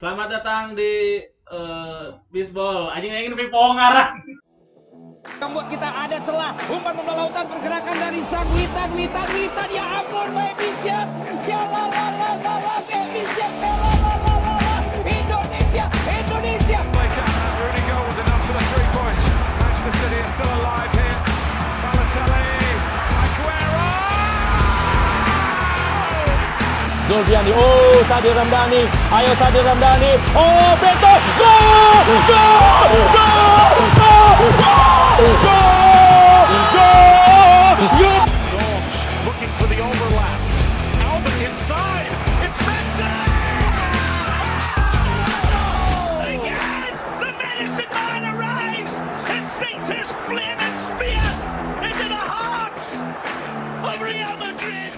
Selamat datang di Bisbol. Anjing ingin pipong ngarang. Membuat kita ada celah. Umpan bola lautan pergerakan dari sang Witan. Ya ampun, baby siap. Sialalalala, baby siap. Indonesia. Rooney goal was enough for the 3 points. Manchester City are still alive here. Balotelli, Aguero! Zulfiandi, Sadir Ramdhani, ayo Sadir Ramdhani, Beto, gol! Looking for the overlap. Albert inside. It's Messi! Again, the medicine man arrives and sinks his flaming spear into the hearts of Real Madrid.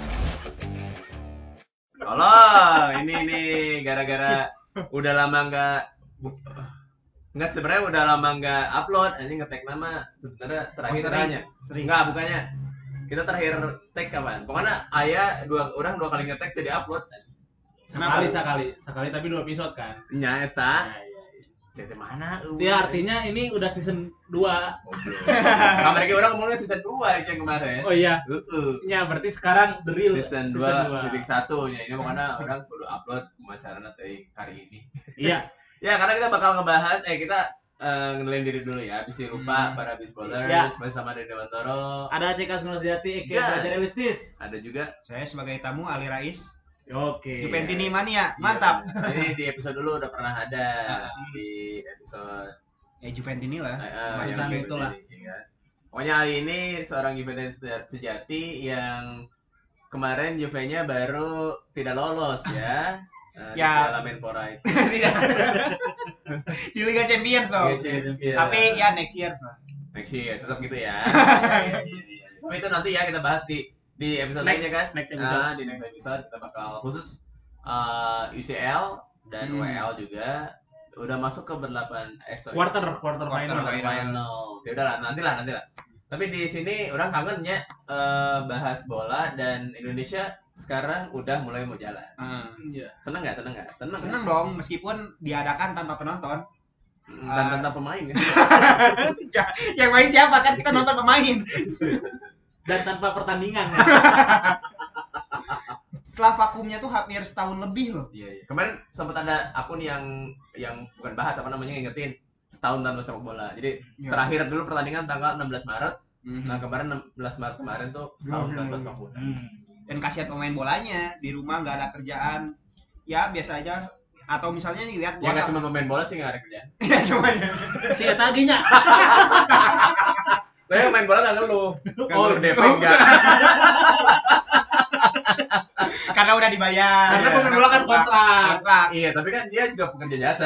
Halo, ini gara-gara udah lama nggak sebenarnya udah lama nggak upload, aja nge-tag nama sebenarnya terakhir sering. Nggak, bukannya kita terakhir tag kapan? Pokoknya ayah dua kali nge-tag jadi upload. Sekali tapi 2 episode kan. Nyata. Iya. Cerita mana? Ya artinya ini udah season 2. Kamar kita orang ngomongnya season 2 aja kemarin. Oh iya. Ya berarti sekarang the real Season 2.1 ya. Ini pokoknya orang kudu upload pemacaran hari ini. Iya. Ya, karena kita bakal ngebahas, kita ngenalin diri dulu ya. Bisa lupa para Bisbolers, Ya. bersama dari Dewantoro. Ada Cekas Nurjati, Ya. Belajar Realistis. Ada juga. Saya sebagai tamu Ali Rais. Oke. Juventini Mania, mantap. Iya, jadi di episode dulu udah pernah ada di episode Juventini lah. Macam yang itulah. Juventus, ya. Pokoknya Ali ini seorang Juventus sejati yang kemarin Juve-nya baru tidak lolos ya. Di Ya. Piala Menpora itu. Tidak. Di Liga Champions loh. Iya. Tapi ya next year lah. Next year, tetap gitu ya. Iya. Tapi itu nanti ya kita bahas di episode lainnya guys. Next episode. Di next episode kita bakal khusus UCL dan WL juga udah masuk ke Quarter final. final. Ya udahlah, nantilah. Tapi di sini orang kangennya bahas bola dan Indonesia sekarang udah mulai mau jalan. Iya. Seneng nggak? Seneng dong, meskipun diadakan tanpa penonton. Dan tentang pemain kan. Yang main siapa kan kita nonton pemain. Dan tanpa pertandingan. Setelah vakumnya tuh hampir setahun lebih loh. Iya. Kemarin sempat ada akun yang bukan bahas ngingetin setahun tanpa sepak bola. Jadi Ya. terakhir dulu pertandingan tanggal 16 Maret. Nah, kemarin 16 Maret kemarin tuh setahun tanpa sepak bola. Dan kasihan pemain bolanya di rumah nggak ada kerjaan. Ya biasa aja. Atau misalnya nih lihat Ya nggak cuma pemain bola sih nggak ada kerjaan. Ya cuma ya. Si eta ginya. Lah yang main bola nggak ngeluh. Kan Oh, DP enggak. Karena udah dibayar. Karena pemain bola kan kontrak. Iya, tapi kan dia juga pekerja jasa.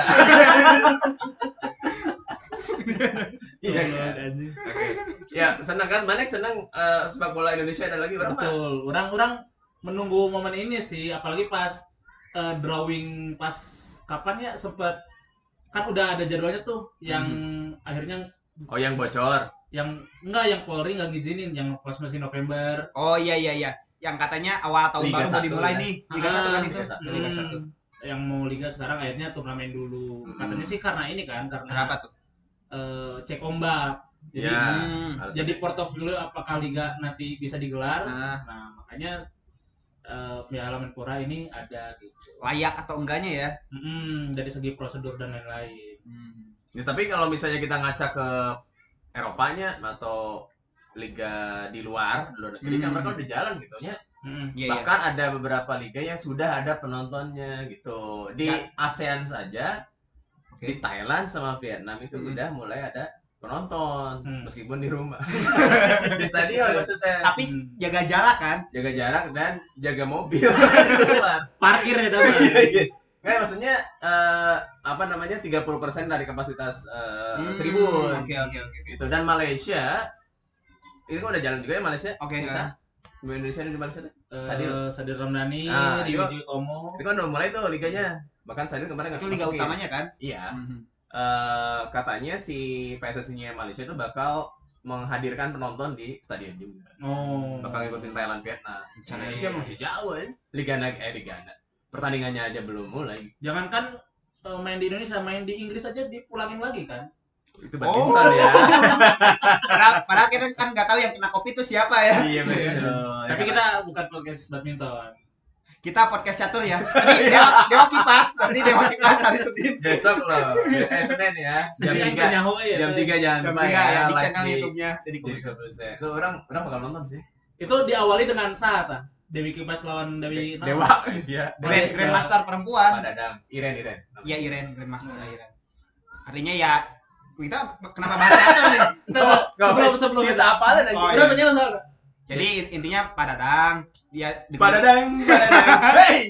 Iya kan? Oke. Ya, senang kan? Manek senang sepak bola Indonesia ada lagi berapa? Betul. Orang menunggu momen ini sih, apalagi pas drawing pas kapan ya sempat kan udah ada jadwalnya tuh yang akhirnya Oh, yang bocor. yang Polri nggak ngizinin yang pas masih November. Oh iya. Yang katanya awal tahun Liga baru mau 1 dimulai ya. nih. Liga 1 kan itu. Liga 1. Yang mau liga sekarang akhirnya turnamen dulu. Katanya sih karena ini kan Kenapa tuh? cek ombak. Jadi Ya. jadi portofolio apakah liga nanti bisa digelar. Nah, Nah, makanya Piala Menpora ini ada gitu. layak atau enggaknya ya? Dari segi prosedur dan lain-lain. Ya, tapi kalau misalnya kita ngaca ke Eropanya atau liga di luar negeri kan mereka udah jalan gitu ya. Iya. Bahkan ada beberapa liga yang sudah ada penontonnya gitu. Di Ya. ASEAN saja, Oke. di Thailand sama Vietnam itu udah mulai ada penonton meskipun di rumah. Di stadion maksudnya. Tapi jaga jarak kan? Jaga jarak dan jaga mobil di luar. Parkir ya Iya. Kayak maksudnya 30% dari kapasitas tribun. Oke. Gitu. Dan Malaysia itu kan udah jalan juga ya Malaysia. Oke, Sisa. Indonesia di Malaysia tuh. Sadir Ramdhani, Nah, di itu- Wiji Utomo. Itu kan udah mulai tuh liganya. Bahkan Sadil kemarin nggak Itu liga masukin. utamanya kan? Iya. Katanya si PSSI-nya Malaysia itu bakal menghadirkan penonton di stadion juga. Oh. Bakal ngikutin Thailand Vietnam. Oke. Indonesia masih jauh ya. Liga pertandingannya aja belum mulai. Jangankan main di Indonesia, main di Inggris aja dipulangin lagi kan. Itu badminton ya. Padahal kita kan nggak tahu yang kena kopi itu siapa ya. Iya betul. Tapi kita bukan podcast badminton. Kita podcast catur ya. Tadi Dewa Kipas hari Senin. Besok loh. Senin ya. Jam 3. Jam 3 jangan Jam lupa 3 ya di live channel YouTube-nya Jadi Deddy Corbuzier. Corbuzier. Itu orang bakal nonton sih. Itu diawali dengan saat Dewi Kipas lawan Dewi Dewa. Iya. Grandmaster perempuan. Pak Dadang. Iren. Iya Iren, Grandmaster Iren. Artinya ya kita kenapa bahas catur nih? Sebelum Kita apalan aja. Oh, Udah iya. tanya soal. Jadi intinya Pak Dadang dia Pak Dadang. Hey.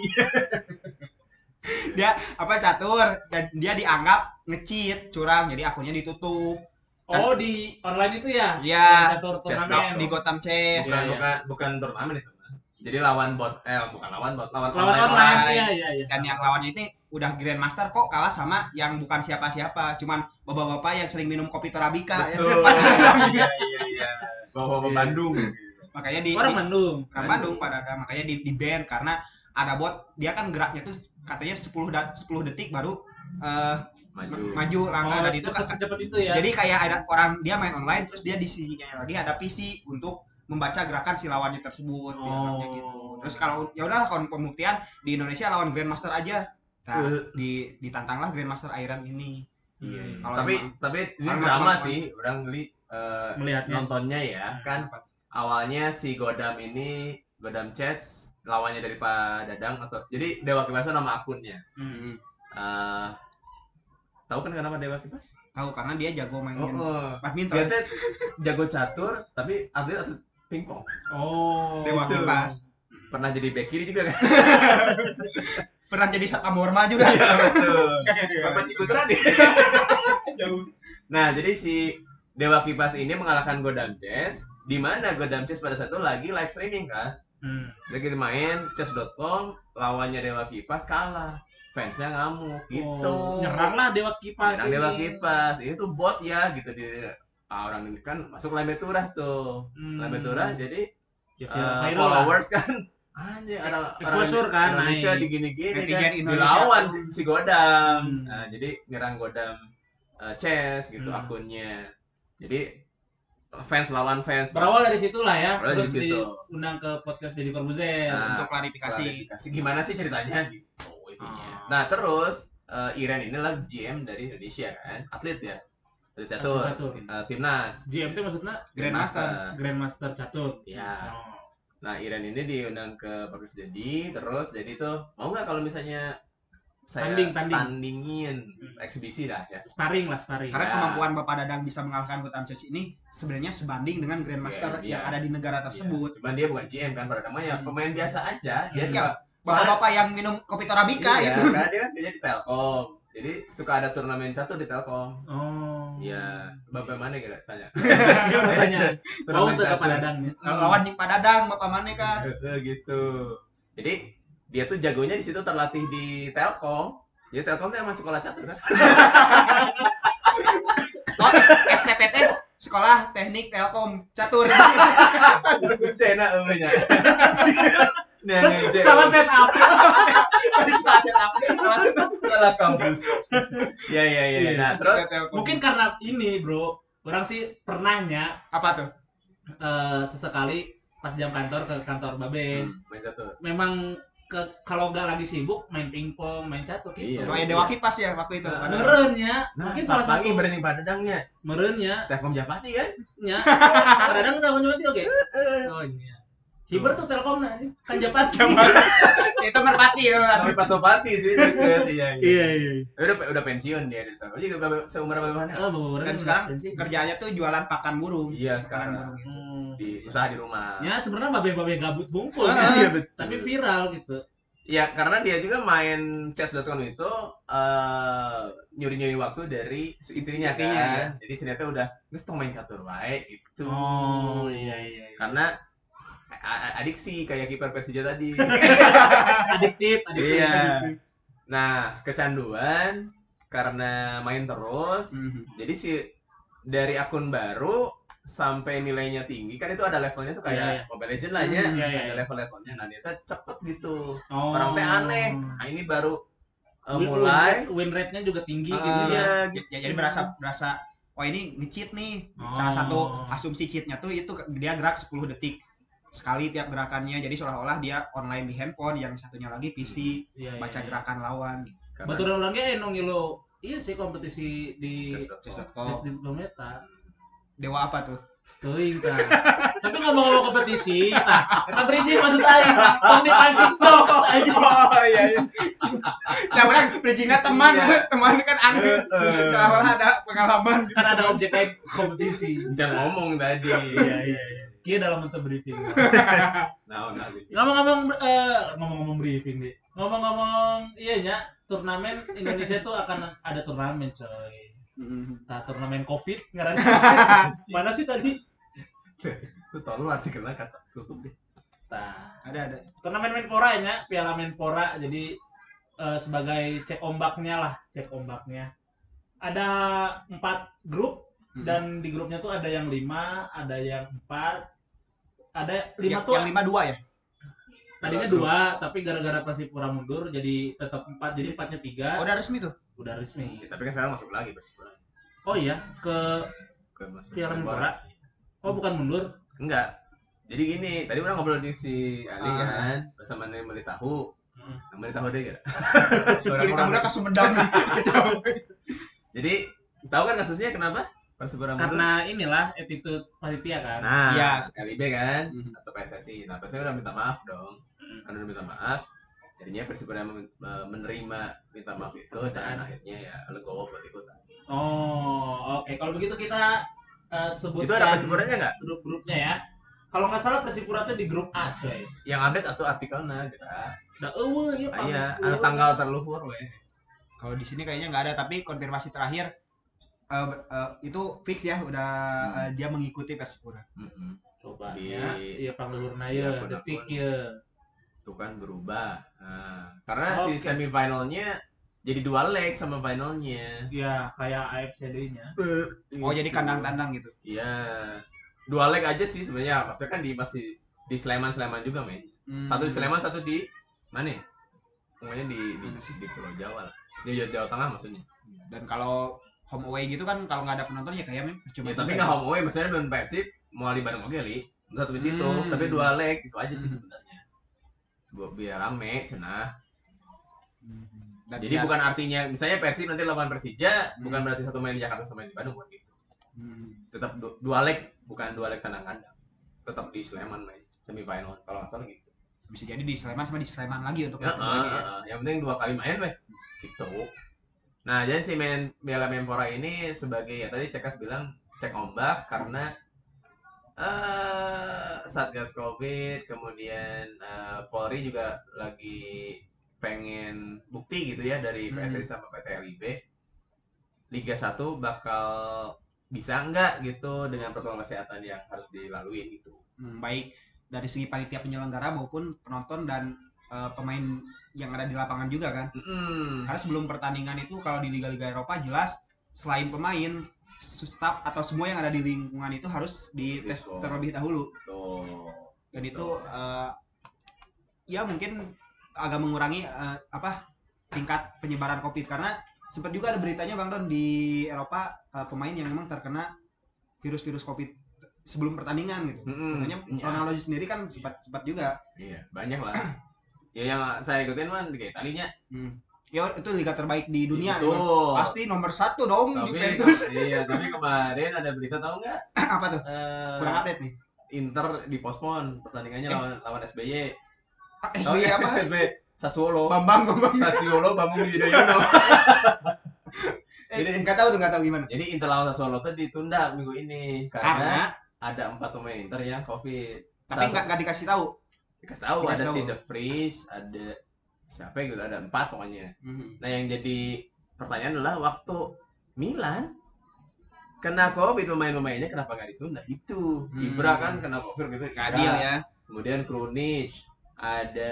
dia catur dan dia dianggap nge-cheat, curang, jadi akunnya ditutup. Oh, di online itu ya? Iya. Catur Chess turnamen. Di Gotham Chess. Bukan turnamen itu. Jadi lawan bukan lawan Lawan online. online. Iya. Dan yang lawannya ini udah Grandmaster kok kalah sama yang bukan siapa-siapa, cuman bapak-bapak yang sering minum kopi Torabika ya. Betul. Iya. Bawa Bandung. Makanya Orang Bandung. orang Bandung pada ada makanya di ban karena ada bot, dia kan geraknya tuh katanya 10 detik baru maju langkah dan itu kan secepat itu ya. jadi kayak ada orang dia main online terus dia di sisinya lagi ada PC untuk membaca gerakan si lawannya tersebut dianggapnya gitu. Terus kalau ya udahlah kalau pembuktian di Indonesia lawan Grandmaster aja. Nah, ditantanglah Grandmaster Iron ini. Iya. Kalau Tapi ini kalau drama nonton- sih, orang Melihatnya. nontonnya ya. Kan awalnya si Godam Chess lawannya dari Pak Dadang atau jadi Dewa Kipas nama akunnya. Tahu kan kenapa Dewa Kipas? tahu karena dia jago main badminton. Dia tuh jago catur tapi atlet pingpong. Oh. Dewa Itu. Kipas. Pernah jadi back kiri juga kan? Pernah jadi Sakamorma juga. Betul. Bapak Cikutra nih. Jauh. Nah, jadi si Dewa Kipas ini mengalahkan Godam Chess, di mana Godam Chess pada saat itu lagi live streaming, Kas. Lagi main chess.com, lawannya Dewa Kipas kalah. Fansnya ngamuk gitu. Nyeranglah Dewa Kipas. Nyerang Dewa Kipas. Ini tuh bot ya gitu orang ini kan masuk Lambe Turah tuh. Lambe Turah jadi viral followers kan anjir ada orang Exposure kan, Indonesia naik. digini-gini Netizen kan Indonesia. dilawan si Godam. Nah, jadi nyerang Godam Chess gitu akunnya. Jadi fans lawan fans. Berawal dari situlah ya. Berawal dari Terus situ. diundang ke podcast Deddy Corbuzier. Nah, Untuk klarifikasi. gimana sih ceritanya gitu intinya. Nah, terus Iren ini adalah GM dari Indonesia kan, atlet ya. Atlet catur, Catur. timnas. GM itu maksudnya Grandmaster catur. Ya. Oh. Nah, Iren ini diundang ke podcast Deddy, terus jadi tuh mau nggak kalau misalnya saya tandingin eksibisi dah ya. Sparring. Karena kemampuan Bapak Dadang bisa mengalahkan Gotham Chess ini sebenarnya sebanding dengan Grandmaster Iya. yang ada di negara tersebut. Cuman dia bukan GM kan, pada namanya pemain biasa aja. Dia Iya. Bapak-bapak yang minum kopi Torabika iya, gitu. karena dia kan kerja di Telkom. Jadi suka ada turnamen catur di Telkom. Oh. Iya, bapak mana kira tanya. Tanya. Mau Turnamen ke catur. Pak Dadang ya. Lawan Ning Pak Dadang, Bapak mana kah? Gitu. Jadi dia tuh jagonya di situ terlatih di Telkom. Jadi Telkom tuh emang sekolah catur kan? Oh, STPT Sekolah Teknik Telkom Catur. Cena umumnya. Salah set up. Salah kampus. Iya. Nah, terus Mungkin karena ini, Bro. Orang sih pernahnya Apa tuh? sesekali pas jam kantor ke kantor Babe. main catur. Memang kalau nggak lagi sibuk main pingpong, main catur gitu. Iya. Kayak Dewa Kipas ya waktu itu. Merennya, Nah, mungkin salah lagi satu berani Pak Dadangnya. merennya, Telkom Japati kan? nya. Kadang nggak menyebut oke. Oh iya. Hiber tuh Telkom nah ini kan Japati. Itu merpati itu. Tapi Pak Sopati sih deket. Iya. Udah pensiun dia di Telkom. Juga seumur mana? Oh, Bapak Dan sekarang kerjaannya tuh jualan pakan burung. Iya, Pakan sekarang burung gitu. di usaha di rumah. Ya sebenarnya babe-babe gabut bungkul Ah, ya. Iya, betul. Tapi viral gitu. Ya, karena dia juga main chess.com itu nyuri-nyuri waktu dari istrinya Istrinya, kan. ya. Jadi ternyata udah nges main catur baik gitu. Oh iya. Karena adiksi kayak kiper Persija tadi. Adiktif. Iya. Nah, kecanduan karena main terus. Jadi si dari akun baru sampai nilainya tinggi kan itu ada levelnya tuh kayak Iya. Mobile Legends lah ya. Iya. Ada level-levelnya. Nah, dia tuh cepet gitu. Oh. Orang teh aneh. Nah, ini baru mulai win rate-nya juga tinggi gitu ya. Jadi berasa oh ini nge-cheat nih. Salah satu asumsi cheatnya tuh itu dia gerak 10 detik sekali tiap gerakannya, jadi seolah-olah dia online di handphone, yang satunya lagi PC baca gerakan lawan. Betul orangnya nong lo iya sih kompetisi di chess.com Meta. Dewa apa tuh? Teuing kan. Tapi ngomong-ngomong kompetisi, kita bridging maksud aing. Tong dipancing terus aja. Oh iya. Nah, orang bridgingnya teman kan aneh. Seolah ada pengalaman gitu. Kan ada objek lain kompetisi. Jangan ngomong tadi. Iya. Kia dalam bentuk briefing. Ngomong-ngomong briefing nih. Ngomong-ngomong iya nya, turnamen Indonesia tuh akan ada turnamen coy. Nah, turnamen Covid ngaranna. Mana sih tadi? Lu tolong artikelnya kata tutup deh. Nah, Ada. turnamen Menpora nya, Piala Menpora. Jadi sebagai cek ombaknya. Ada 4 grup dan di grupnya tuh ada yang 5, ada yang 4. Ada 5 tuh. Yang 5 2 ya? Tadinya 2, tapi gara-gara Persipura mundur jadi tetap 4. Jadi 4-nya 3. Oh, udah resmi tuh. Udah resmi. Ya, tapi kan sekarang masuk lagi Persipura. Oh iya, ke Piala Menpora. Oh, bukan mundur. Enggak. Jadi gini, tadi orang ngobrol di si Ali kan bersama Nemeli Tahu. Nemeli Tahu deh ya. Ini kamu udah ke Sumedang nih. Jadi, tahu kan kasusnya kenapa? Persipura mundur? Karena inilah attitude panitia kan. Nah, Iya. LIB kan atau PSSI. Nah, PSSI udah minta maaf dong. Karena udah minta maaf, jadinya Persipura menerima minta maaf itu dan akhirnya ya legowo buat ikutan. Oh, oke. Kalau begitu kita sebutkan Itu ada Persipuranya nggak? Grup-grupnya ya. Kalau nggak salah Persipura tuh di grup A, coy. Yang update atau artikelnya gerak. Dah ya Pak. Iya, ada tanggal terluhur weh. Kalau di sini kayaknya nggak ada, tapi konfirmasi terakhir itu fix ya, udah dia mengikuti Persipura. Coba Di- ya. Iya pangluhurna Iya, ya, detik akun-akun. ya. Itu kan berubah. Nah, karena Oke. si semifinalnya jadi 2 leg sama finalnya. Ya, kayak AFCD-nya. Oh, jadi kandang-tandang gitu. Iya. 2 leg aja sih sebenarnya. Maksudnya kan masih di Sleman juga, men. Satu di Sleman, satu di mana? Ya? Pokoknya di Pulau Jawa lah. Di Jawa Tengah maksudnya. Dan kalau home away gitu kan, kalau nggak ada penonton ya kayaknya cuma Ya, tapi nggak home away, maksudnya dengan Persib mau di Bandung oke li. Satu di situ, tapi 2 leg itu aja sih sebenarnya. Biar rame, cenah. Dan Jadi bukan artinya misalnya Persib nanti lawan Persija, bukan berarti satu main di Jakarta sama main di Bandung bukan gitu. Tetap 2 leg, bukan 2 leg tandang kandang. Tetap di Sleman main semifinal kalau nggak salah gitu. bisa jadi di Sleman sama di Sleman lagi untuk Ya, ketemu lagi ya. yang penting 2 kali main weh. Gitu. Nah, jadi si Piala Menpora ini sebagai ya tadi Cekas bilang cek ombak karena Satgas Covid, kemudian Polri juga lagi pengen bukti gitu ya dari PSSI sama PT LIB. Liga 1 bakal bisa enggak gitu dengan protokol kesehatan yang harus dilalui gitu. Baik dari segi panitia penyelenggara maupun penonton dan pemain yang ada di lapangan juga kan. Karena sebelum pertandingan itu kalau di liga-liga Eropa jelas selain pemain, staf atau semua yang ada di lingkungan itu harus dites terlebih dahulu. Dan itu ya mungkin agak mengurangi tingkat penyebaran Covid, karena sempat juga ada beritanya Bang Don di Eropa pemain yang memang terkena virus Covid sebelum pertandingan gitu. Makanya Ronaldo sendiri kan sempat juga. Iya, banyak lah. Ya yang saya ikutin mah Liga Italinya. Ya itu liga terbaik di dunia. Itu. Pasti nomor 1 dong Tapi, Juventus. iya, tapi kemarin ada berita tahu nggak? Apa tuh? Kurang update nih. Inter dipospon pertandingannya lawan SBY. SBY apa? SBY Sassuolo. Bambang. Sassuolo Bambang Yudhoyono. Jadi nggak tahu gimana. Jadi Inter lawan Sassuolo tuh ditunda minggu ini karena ada 4 pemain Inter yang Covid. Tapi nggak dikasih tahu. Dikasih tahu ada si The Freeze, ada siapa gitu, ada 4 pokoknya. Nah yang jadi pertanyaan adalah waktu Milan kena Covid pemain-pemainnya kenapa nggak ditunda? Itu Ibra kan kena Covid gitu. Adil ya. Kemudian Krunic, ada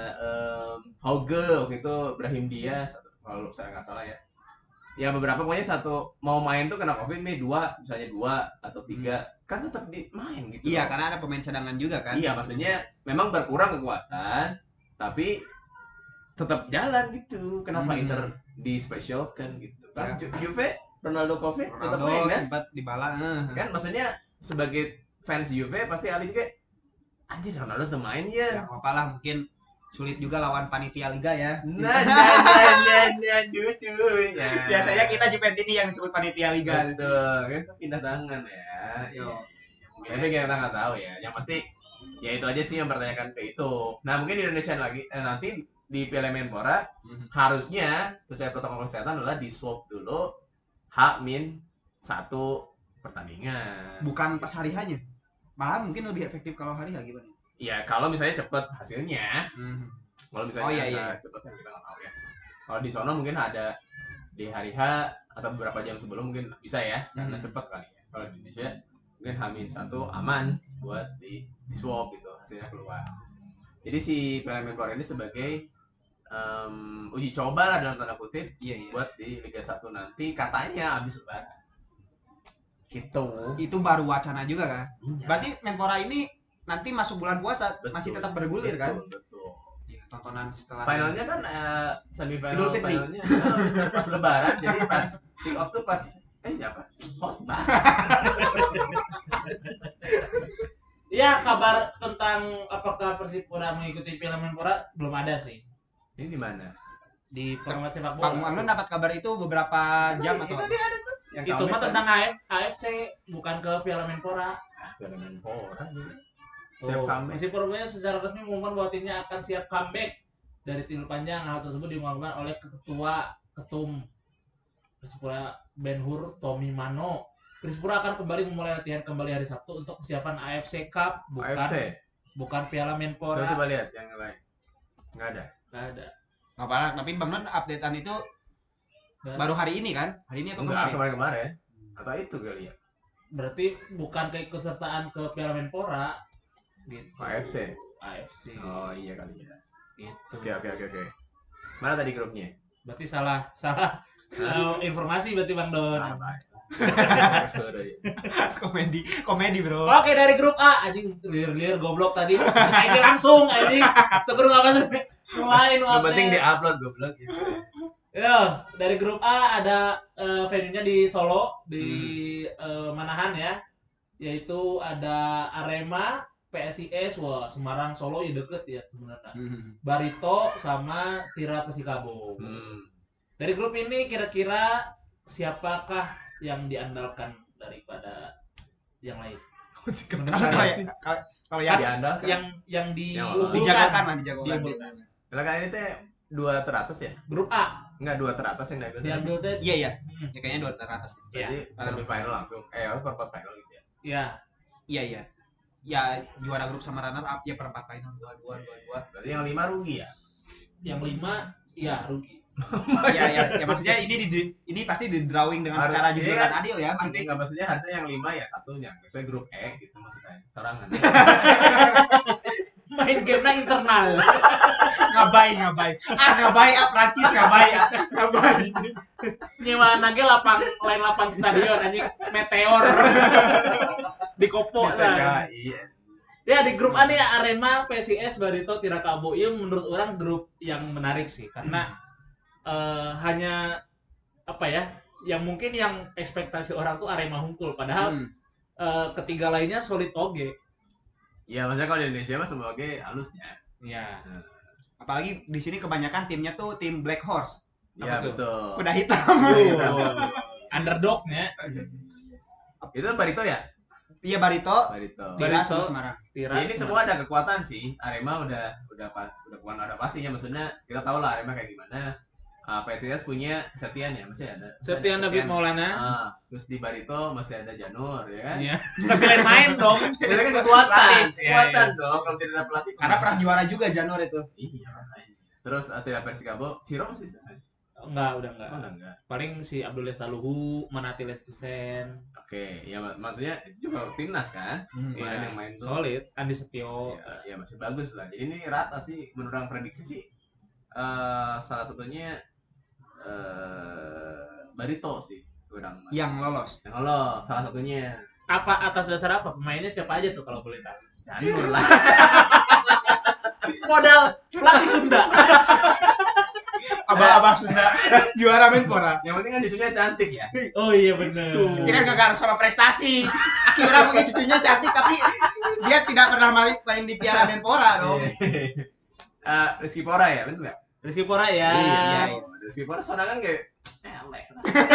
Hauge waktu itu, Brahim Diaz kalau saya nggak salah ya. Ya beberapa pokoknya satu mau main tuh kena Covid nih 2, misalnya 2 atau 3 kan tetap main gitu. Iya, karena ada pemain cadangan juga kan. Iya, maksudnya memang berkurang kekuatan, tapi tetap jalan gitu. Kenapa Inter dispesialkan gitu? Kan Juve Ronaldo Covid tetap main kan? Sempat dibala. Kan maksudnya sebagai fans Juve pasti Ali juga anjir Ronaldo tuh main Ya ya. apa lah, mungkin sulit juga lawan panitia liga ya. Nah, dudunya. Biasanya kita Juventini yang disebut panitia liga. Betul, kan pindah tangan ya. Yo. Tapi kita nggak tahu ya. Yang pasti ya itu aja sih yang mempertanyakan ke itu. Nah mungkin di Indonesia lagi nanti di Piala Menpora harusnya sesuai protokol kesehatan adalah di swab dulu H-1 pertandingan. Bukan pas hari hanya. Malah mungkin lebih efektif kalau hari H gimana? Ya kalau misalnya cepet hasilnya. Kalau misalnya cepet kan kita nggak tahu ya. Kalau di sono mungkin ada di hari H atau beberapa jam sebelum mungkin bisa ya karena cepet kali ya. Kalau di Indonesia mungkin H-1 aman buat di swab gitu hasilnya keluar. Jadi si Piala Menpora ini sebagai uji coba lah dalam tanda kutip buat di Liga 1 nanti katanya habis lebaran. Gitu. Itu baru wacana juga kan? Iya. Berarti Menpora ini nanti masuk bulan puasa Betul. masih tetap bergulir kan? Betul. Ya, tontonan setelah Finalnya kan semifinal Idul Fitri. finalnya pas lebaran jadi pas kick off tuh pas apa? Khotbah. Ya, kabar tentang apakah Persipura mengikuti Piala Menpora belum ada sih. Ini di mana? Di pengamat sepak Pak bola. Muangnon dapat kabar itu beberapa jam atau Itu dia ada tuh. Yang Itu mah tentang AFC, bukan ke Piala Menpora. Piala Menpora. Oh, Siap comeback. Persipura secara resmi mengumumkan bahwa timnya akan siap comeback dari tidur panjang. Hal tersebut diumumkan oleh ketum Persipura Ben Hur Tommy Mano. Persipura akan kembali memulai latihan kembali hari Sabtu untuk persiapan AFC Cup, AFC. bukan Piala Menpora. Coba lihat yang lain. Nggak ada. Nggak ada. nggak apa-apa, tapi Bang Non updatean itu baru hari ini kan? Hari ini atau Enggak, kemarin? kemarin. Atau itu kali ya? Berarti bukan keikutsertaan ke Piala Menpora gitu. AFC. AFC. Oh iya kali ya. Gitu. Oke. Mana tadi grupnya? Berarti salah informasi berarti Bang Don. komedi bro. Oke, dari grup A anjing lir goblok tadi. Ini langsung anjing. Terus apa sih? Lain Yang penting di-upload goblok gitu. Ya, dari grup A ada venue-nya di Solo, di Manahan ya. Yaitu ada Arema, PSIS, wah Semarang Solo ya deket ya sebenarnya. Barito sama Tira Persikabo. Dari grup ini kira-kira siapakah yang diandalkan daripada yang lain? Kalau yang Diandalkan. Yang diunggulkan. dijagokan lah dijagokan. Diunggulkan. Kalau kali ini teh 2 teratas ya? Grup A Enggak 2 teratas yang diambil. diambil teh. Iya ya. Ya kayaknya 2 teratas. Jadi semifinal langsung. Perempat final gitu ya. Ya, Iya. Ya juara grup sama runner up ya perempat final 2-2. Berarti yang 5 rugi ya? yang 5 ya rugi. Ya maksudnya ini pasti di drawing dengan Harus- secara ini jujur kan- dan adil ya pasti. Enggak maksudnya harusnya yang 5 ya satunya. Sesuai grup E gitu maksudnya. Sorangan. Main gamenya internal. Ngabai. Prancis ngabai. Nyewa nage lain lapang stadion anjing meteor. Di Kopo lah. Iya. Ya di grup A nih ya, Arema, PSIS, Barito, Tirakabo. Ini menurut orang grup yang menarik sih karena hanya apa ya? Yang mungkin yang ekspektasi orang tuh Arema hungkul padahal ketiga lainnya solid oge. Ya maksudnya kalau di Indonesia mah sebagai halusnya. Ya. Apalagi di sini kebanyakan timnya tuh tim Black Horse, Iya Apa tuh? betul. kuda hitam. Underdognya. Itu Barito ya? Iya Barito, Barito. Tira Barito. sama Semarang. Tira, Ya, ini semua ada kekuatan sih. Arema udah pastinya. Maksudnya kita tahu lah Arema kayak gimana. PSIS punya Septian ya, masih ada. Septian David Maulana. Terus di Barito masih ada Janur ya kan? Iya. Tapi lain main dong. Itu kan kekuatan, Iya, dong kalau tidak ada pelatih. Karena pernah juara juga Janur itu. Iya. Terus tidak Persikabo, Siro masih sana. Udah enggak. Oh enggak. Paling si Abdul Saluhu, Manati Lestusen. Oke, ya maksudnya itu juga timnas kan? Kemarin yang main tuh. Solid, Andi Setio. Ya masih bagus lah. Jadi ini rata sih menurut orang prediksi sih. Salah satunya Barito sih kurang. Yang lolos. Yang lolos salah satunya. Apa atas dasar apa? Pemainnya siapa aja tuh kalau boleh tahu? Janur lah. Modal pelatih Sunda. abah Sunda juara Menpora. Yang penting kan cucunya cantik ya. Oh iya bener. Dia kan gak harus sama prestasi. Akira mungkin cucunya cantik tapi dia tidak pernah main di Piala Menpora dong. Rizky Pora ya, betul nggak? Rizky Pora ya. Iya. Rizky Pora soalnya kan kayak elek.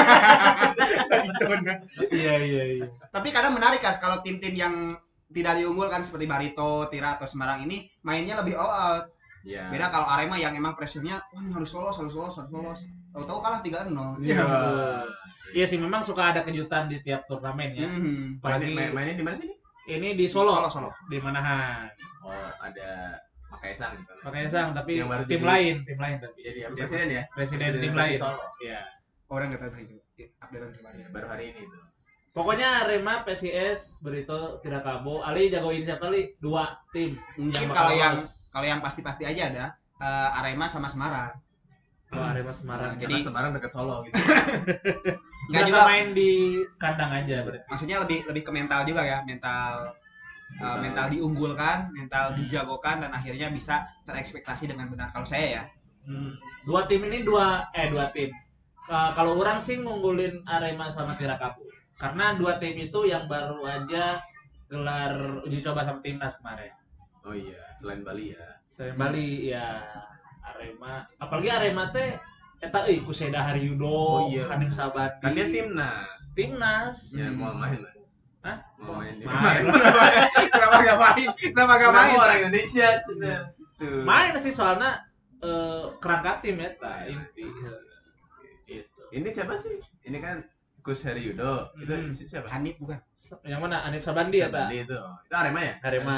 Iya. Tapi kadang menarik kan kalau tim-tim yang tidak diunggulkan seperti Barito, Tira atau Semarang ini mainnya lebih all out. Iya. Beda kalau Arema yang emang pressure-nya wah ini harus lolos. Tahu-tahu kalah 3-0. Iya. Iya sih memang suka ada kejutan di tiap turnamen ya. Apalagi Mainnya di mana sih? ini di Solo. Solo. Di Manahan. Oh, ada Makassar gitu. Makassar tapi Yang baru tim jadi- lain tapi. Jadi presiden ya? Presiden tim lain. Solo. Iya. Orang nggak tahu itu. Updatean terbaru. Ya, baru hari ini tuh. Pokoknya Arema, PSIS, Barito, Tirakabo, Ali jagoin siapa li? 2 tim. Mungkin bakal kalau yang lolos. pasti aja ada Arema sama Semarang. Oh, Arema Semarang. Jadi- Jadi Semarang dekat Solo gitu. Nggak Berasa juga. main di kandang aja berarti. Maksudnya lebih ke mental juga ya, mental diunggulkan, mental dijagokan dan akhirnya bisa terekspektasi dengan benar kalau saya ya. 2 tim ini dua tim. Kalau orang sih ngunggulin Arema sama Tirakabo. Karena 2 tim itu yang baru aja gelar uji coba sama timnas kemarin. Oh iya, selain Bali ya. Selain Bali ya Arema, apalagi Arema teh eta euy ku Seda Haryudo, Oh iya. Hanif Sabandi. Kan dia timnas. Timnas. Ya mau main lah. Hah? Mau main. Main. Kenapa gak main? Kenapa orang Indonesia cina? Tuh. Main sih soalnya kerangka tim eta inti. Gitu. Ini siapa sih? Ini kan Kus Haryudo. Itu siapa? Hanif bukan? Yang mana? Hanif Sabandi eta? Sabandi itu. Itu Arema ya? Arema.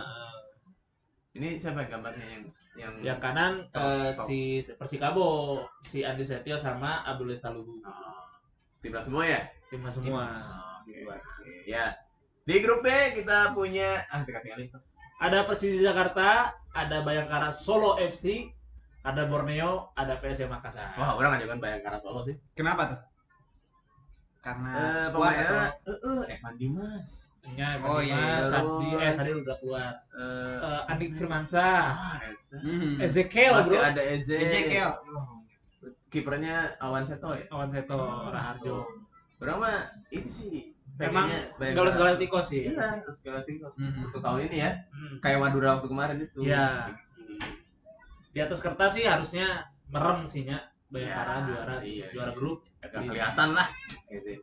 Ini siapa gambarnya yang Yang kanan Stop. si Persikabo, si Andi Setio sama Abdul Estaluhu. Oh, timnas semua ya? Timnas semua. Oke. Ya. Di grup B kita punya kita tinggalin. Ada Persija Jakarta, ada Bayangkara Solo FC, ada Borneo, ada PSM Makassar. Wah, orang ngajukan Bayangkara Solo sih. Kenapa tuh? Karena squad Pemainnya atau Evan Dimas. Nya Oh, iya. Sadi udah keluar. Andi Ah, Firmansyah, eta. Ezekiel Masih bro, ada Ezekiel. Kipernya Awan Seto ya? Awan Seto, Raharjo. Orang mah itu sih Emang pengennya Bayangkara. segala Galacticos sih. Iya, Galacticos. Mhm. Untuk tahun ini ya. Hmm. Kayak Madura waktu kemarin itu. Iya. Di atas kertas sih harusnya merem sih nya Bayangkara Ya, juara iya, juara iya. grup. at Gak least. kelihatan lah. Kayak sih.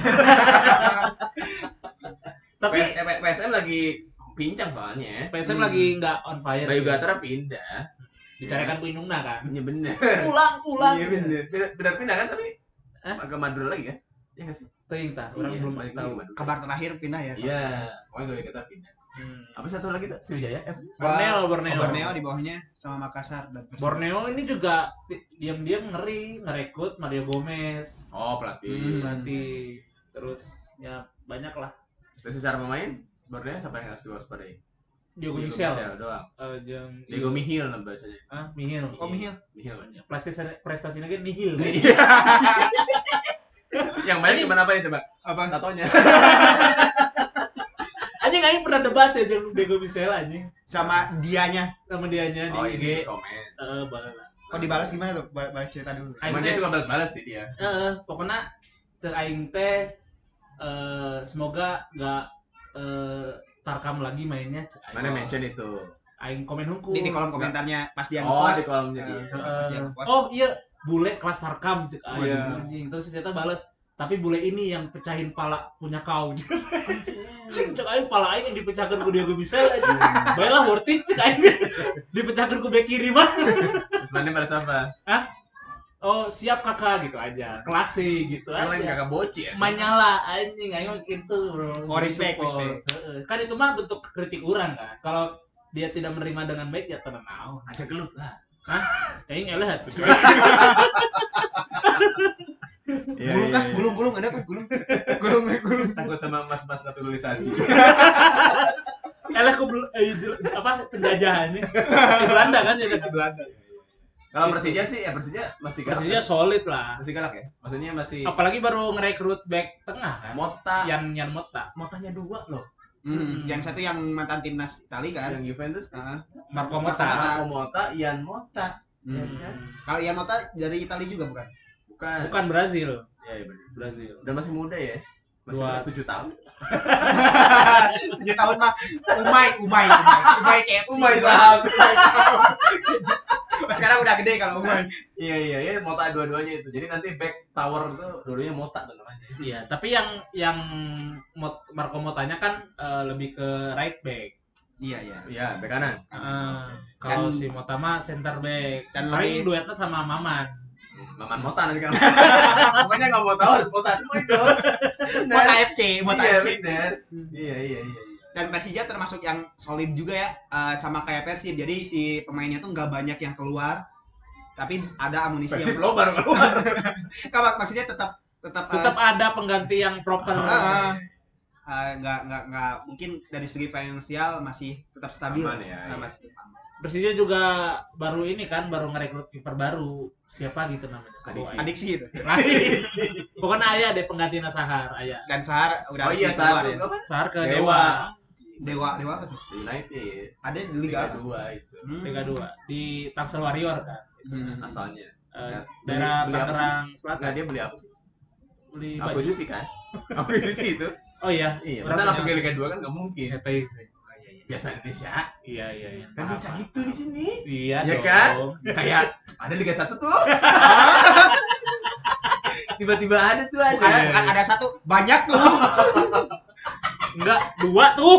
Tapi PSM lagi pincang soalnya. PSM lagi nggak on fire. Bayu sih. Gatra pindah. Dicarikan ku Inungna kan. Iya bener. Pulang. Iya bener. Bener pindah kan tapi Hah? ke Madura lagi kan? Iya nggak sih? Teuing tah, orang Iya, belum balik tahu. lagi Madura. kabar terakhir pindah ya. Iya, pokoknya Bayu Gatra pindah. Apa satu lagi tuh? Sriwijaya? Borneo. Di bawahnya sama Makassar dan Persib. Borneo ini juga diam-diam ngerekrut Mario Gomez. Oh, pelatih. Nanti terus ya banyak lah. Terus secara pemain, Borneo siapa yang harus diwaspadai? Diego Michel. doang. Jeung Diego Mihil nah bahasanya. Mihil. Oh, Mihil. Mihil. Prestasinya kan nihil. Yang banyak gimana apa ya coba? Apa? Tatonya. Anjing aing pernah debat sih jeung Diego Michel anjing Sama dianya. sama dianya Oh, di IG. ini komen. Balas. Oh, dibalas gimana tuh? Balas cerita dulu. Aing Emang dia teh- suka balas-balas sih dia. Pokoknya teu aing teh semoga enggak tarkam lagi mainnya cek aing. Mana mention itu? Aing komen hungkul. Di kolom komentarnya pas dia Oh, ngepost. di kolomnya dia. Pas dia ngepost. Oh iya, bule kelas tarkam cek aing. Iya. Anjing. Terus saya balas, tapi bule ini yang pecahin pala punya kau. Cing cek aing pala aing yang dipecahkan ku Diego Michel aja. Baiklah worth it cek aing. Dipecahkan ku bek kiri mah. Terus mana balas apa? Oh, siap kakak gitu aja. Klase gitu Kan lain aja. kakak boci ya. Menyala anjing aing mah gitu, bro. Oh, respect, Support. respect. Heeh. Kan itu mah bentuk kritik orang kan. Kalau dia tidak menerima dengan baik ya tenang naon. Aja gelut lah. Aing eleh atuh. Gulung ada kan gulung. Gulung. Takut sama mas-mas naturalisasi. Eleh ku penjajahannya. Di Belanda kan ya kan. Belanda. Kalau Persija sih ya Persija masih galak. Persija solid lah. Masih galak ya? Maksudnya masih Apalagi baru ngerekrut back tengah kan. Mota. Yan Mota. Motanya 2 loh. Yang satu yang mantan timnas Itali kan. Yang Juventus Ah, Marco Mota. Marco Mota, Ian Mota. Kalau Yamota dari Italia juga bukan? Bukan Brazil. Iya, benar. Brazil. Dan masih muda ya. Masih 7 tahun. 7 tahun mah Umay CFC. Umay saham. Sekarang udah gede kalau Umay. Iya, Mota dua-duanya itu. Jadi nanti back tower itu dua-duanya Mota tuh namanya. Iya, tapi yang Marco Motanya kan lebih ke right back. Iya. Back kanan. Kalau Dan- si Mota mah center back. Dan Paling lebih- duetnya sama Maman. Maman Mota nanti kan. Pokoknya nggak mau tahu harus Mota semua itu. Mota FC. Iya, benar. Iya. Dan Persija termasuk yang solid juga ya, sama kayak Persib. Jadi si pemainnya tuh nggak banyak yang keluar, tapi ada amunisi Persib yang lo baru keluar. maksudnya tetap Tetap ada pengganti yang proper. nggak mungkin dari segi finansial masih tetap stabil. Aman ya, iya. Masih tetap aman. Persija juga baru ngerekrut kiper baru. Siapa gitu namanya? Adiksi gitu. Lain. Pokoknya ayah deh penggantinya Sahar, ayah. Dan Sahar udah Oh iya, resmi keluar satu ya. apa? Sahar ke Dewa. Dewa apa tuh? United. Ada di Liga apa? 2 itu. Liga 2 di Tangsel Warrior kan. Asalnya. Daerah beli apa sih? Tangerang Selatan. Enggak, dia beli apa sih? Beli baju. Akuisisi kan? Akuisisi itu. Oh iya. Iya, masa langsung ke Liga 2 kan nggak mungkin. Epic sih. Biasa Indonesia. Iya. Kan bisa gitu di sini. Iya Ya dong. kan? Kayak ada Liga 1 tuh. Tiba-tiba ada tuh ada. Bukan ada satu, banyak tuh. Enggak, 2 tuh.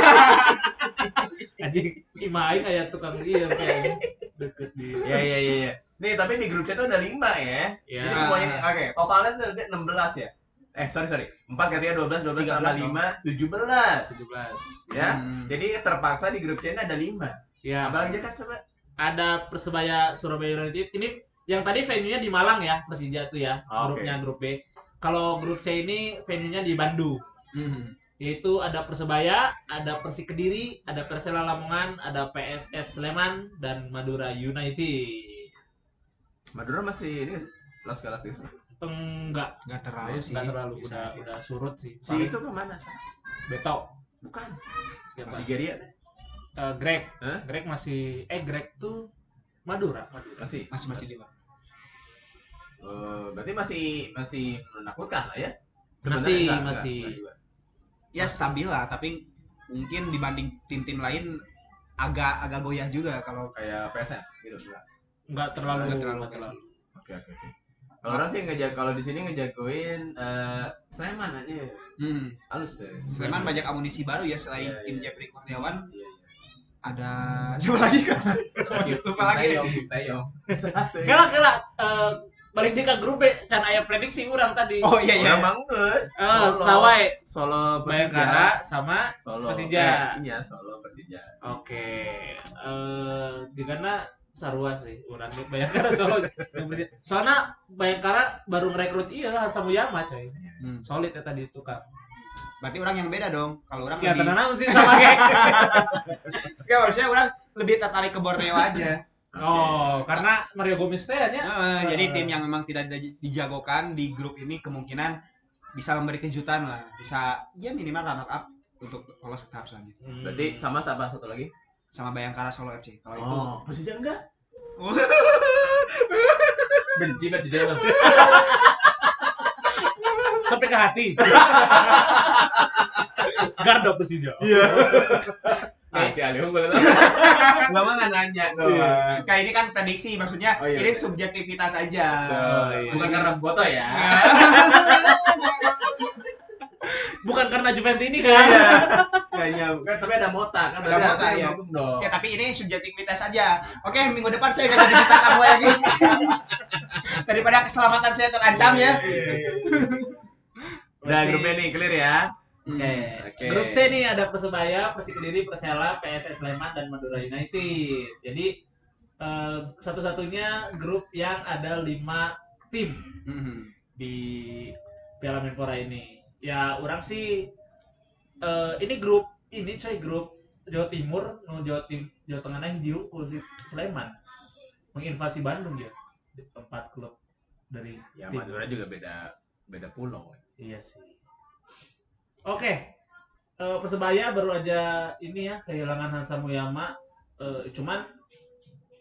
Anjing, imain kayak tukang dia kayaknya. Deket di. Iya. Nih, tapi di grup chat tuh ada 5 ya. Iya. Jadi semuanya ini oke, totalnya tuh ada 16 ya. Sorry. 4 ketiga 12 tambah 5 17. 17. Ya. Jadi terpaksa di grup chat ada 5. Ya, Apa aja kan sobat? ada Persebaya Surabaya United. Ini yang tadi venue-nya di Malang ya, Persija tuh ya. Oke. Grupnya grup B. Kalau grup C ini venue-nya di Bandung. Yaitu ada Persebaya, ada Persik Kediri, ada Persela Lamongan, ada PSS Sleman dan Madura United. Madura masih ini Los Galacticos. Enggak Nggak terlalu udah surut sih. Si itu kemana? Beto. Bukan. Siapa? Nigeria deh. Greg. Hah? Greg masih Greg tuh Madura. Masih. Masih di Berarti masih menakutkan lah ya? Masih, Sebenarnya masih. enggak. Ya stabil lah, tapi mungkin dibanding tim-tim lain agak goyah juga kalau Kayak PSN gitu enggak? Enggak terlalu. Nggak terlalu. Oke. Kalau orang sih kalau di sini ngejagoin Sleman aja. Halus deh. Sleman banyak amunisi baru ya selain Iya, tim iya. Jeffrey Kurniawan. Iya. Ada siapa lagi kan? Lupa lagi. Tayong. Kira-kira balik di ke grup B can aya prediksi orang tadi. Oh iya. Orang manggus. Sawai Solo Persija. Bayangkara sama Solo Persija. Iya, Solo Persija. Oke. Digana sarua sih urang di Bayangkara Solo. Soalnya Bayangkara baru ngerekrut Hansa Muyama coy. Solid ya tadi tukang. Berarti orang yang beda dong. Kalau orang Ya lebih tenang sih sama kayak. Enggak, maksudnya orang lebih tertarik ke Borneo aja. Oh, karena Mario Gomez teh nya. Jadi tim yang memang tidak dijagokan di grup ini kemungkinan bisa memberi kejutan lah. Bisa ya minimal runner up untuk lolos ke tahap selanjutnya. Berarti sama siapa satu lagi? Sama Bayangkara Solo FC. Kalau itu Persija enggak? Benci Persija. Sampai ke hati. Garda Persija. Iya. Si Alihum boleh tahu. Enggak mah nggak nanya dong. kayak ini kan prediksi, maksudnya Oh, iya, ini bener. subjektivitas aja. iya. Bukan karena boto ya. Bukan karena Juventus ini Iya. kan. Kayaknya kan tapi ada Mota kan. Ada berarti Mota, harusnya ya. dukung dong. Ya tapi ini subjektivitas saja. Oke, minggu depan saya nggak jadi bintang tamu lagi. Daripada keselamatan saya terancam ya. Iya. Udah grup B nih clear ya. Oke. Oke. Grup C nih ada Persebaya, Persik Kediri, Persela, PSS Sleman dan Madura United. Jadi satu-satunya grup yang ada 5 tim di Piala Menpora ini. Ya, orang sih ini grup Jawa Timur, Jawa Tengah hijau kursi Sleman menginvasi Bandung ya. Di tempat klub dari Ya tim. Madura juga beda pulau. Iya sih. Oke. Persebaya baru aja ini ya kehilangan Hansa Muyama. Cuman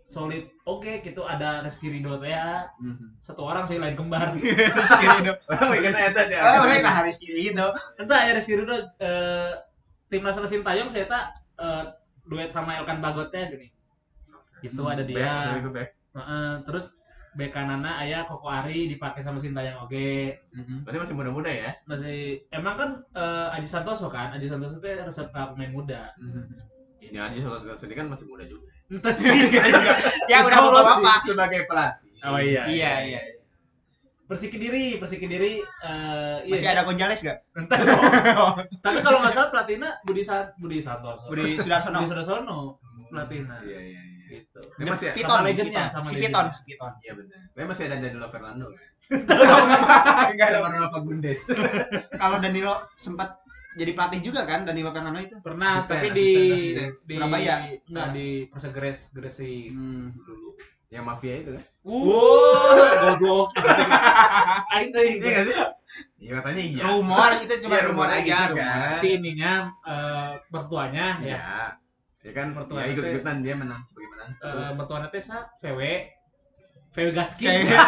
solid. Oke, gitu ada Rizky Ridho teh ya. Satu orang sih lain kembar. Rizky Ridho. Oh, mikirnya eta dia. Oh, mereka Rizky Ridho. Entah ya Rizky Ridho timnas Sintayong saya tak duet sama Elkan Bagotnya gini. Itu ada dia. Terus bek kanana aya Koko Ari dipakai sama Sintayong oge. Berarti masih muda-muda ya? Masih emang kan Aji Santoso kan. Aji Santoso itu resep pemain muda. Ini Aji Santoso ini kan masih muda juga. Entah sih. Ya udah bapak-bapak. Sebagai pelatih. Oh iya. Iya. Persik Kediri iya. Masih ada Gonzales enggak? Entah. Tapi kalau nggak salah pelatihnya Budi Santoso. Budi Sudarsono. Budi Sudarsono pelatihnya. Iya. Gitu. Ini masih Piton, legendnya, sama si Piton. Iya benar. Tapi masih ada Danilo Fernando kan? Enggak ada. Fernando Fagundes. Kalau Danilo sempat jadi pelatih juga kan, Danilo Fernando itu. Pernah, Asisten, tapi di Surabaya. Enggak di Persegres Gresik dulu. Yang mafia itu kan? Goblok. Aing teh. Iya nggak sih? Iya katanya iya. Rumor itu cuma Iya, rumor aja. gitu Rumor. kan. Si ininya mertuanya ya. Iya. Ya kan Mertua ya itu. ikut-ikutan dia menang sebagai menang. Mertuanya teh VW Gaski. Kayak-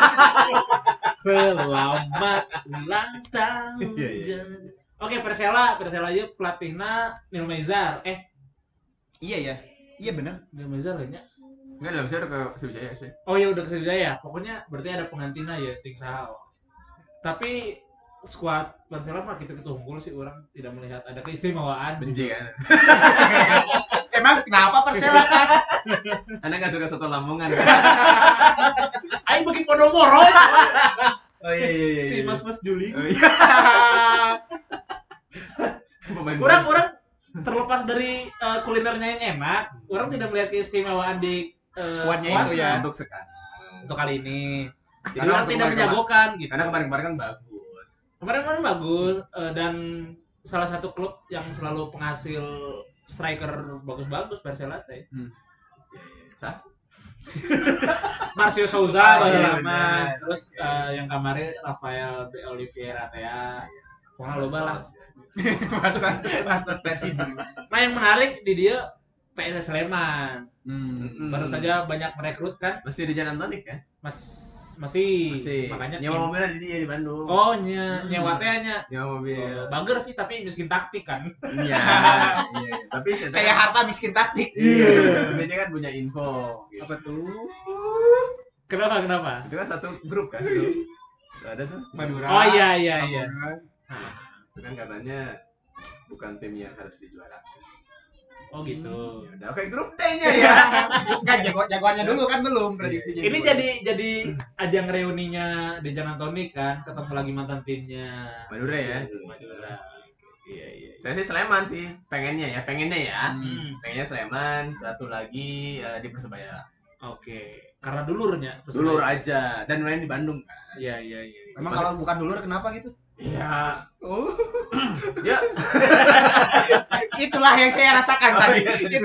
Selamat ulang tahun. Iya. Oke, Persela aja pelatihna Nil Mezar. Iya ya. Iya benar. Nil Mezar kayaknya. Enggak lah, bisa udah ke Sriwijaya sih. Oh ya udah ke Sriwijaya. Pokoknya berarti ada penggantinya ya Ting Sahal. Tapi skuad Persela mah kita unggul sih, orang tidak melihat ada keistimewaan. Benci kan? Emang kenapa Persela Kas? Anda nggak suka soto Lamongan? Aing bikin Podomoro. Oh iya. Si Mas Juli. Oh iya. Pemain Orang terlepas dari kulinernya yang enak, orang tidak melihat keistimewaan di Skuadnya itu ya. untuk sekarang. Untuk kali ini. Jadi Karena orang waktu tidak kemarin- menjagokan gitu. Karena kemarin-kemarin kan bagus. Kemarin bagus dan salah satu klub yang selalu penghasil striker bagus-bagus Persela teh. Sas. Marcio Souza Iya, lama, benar. terus yang kemarin Rafael de Oliveira teh ya. Pokoknya loba lah. Mas Persib. Nah yang menarik di dia PSS Sleman. Baru Hmm. saja banyak merekrut kan. Masih di Jalan Tonik kan? Masih. Makanya Makanya nyewa mobilnya di dia di Bandung. Oh nyewa teh nya. Nyewa mobil. Bager sih tapi miskin taktik kan. Iya. Tapi Kayak harta miskin taktik. Iya. Tapi dia kan punya info. Gitu. Apa tuh? Kenapa? Itu kan satu grup kan? Tuh. Ada tuh. Madura. Oh iya. Lamongan. Itu kan katanya bukan tim yang harus dijuarakan. Oh gitu. Ya udah, oke grup D-nya ya. Iya. Kan jagoannya dulu kan belum prediksinya. Ini jadi ajang reuninya di Jalan Tonik kan, ketemu lagi mantan timnya. Madura ya. Madura. Iya. Saya sih Sleman sih, pengennya ya. Pengennya Sleman, satu lagi di Persebaya. Oke. Karena dulurnya. Dulur aja dan main di Bandung kan. Iya. Emang kalau bukan dulur kenapa gitu? Iya. Oh. Ya. Itulah yang saya rasakan tadi.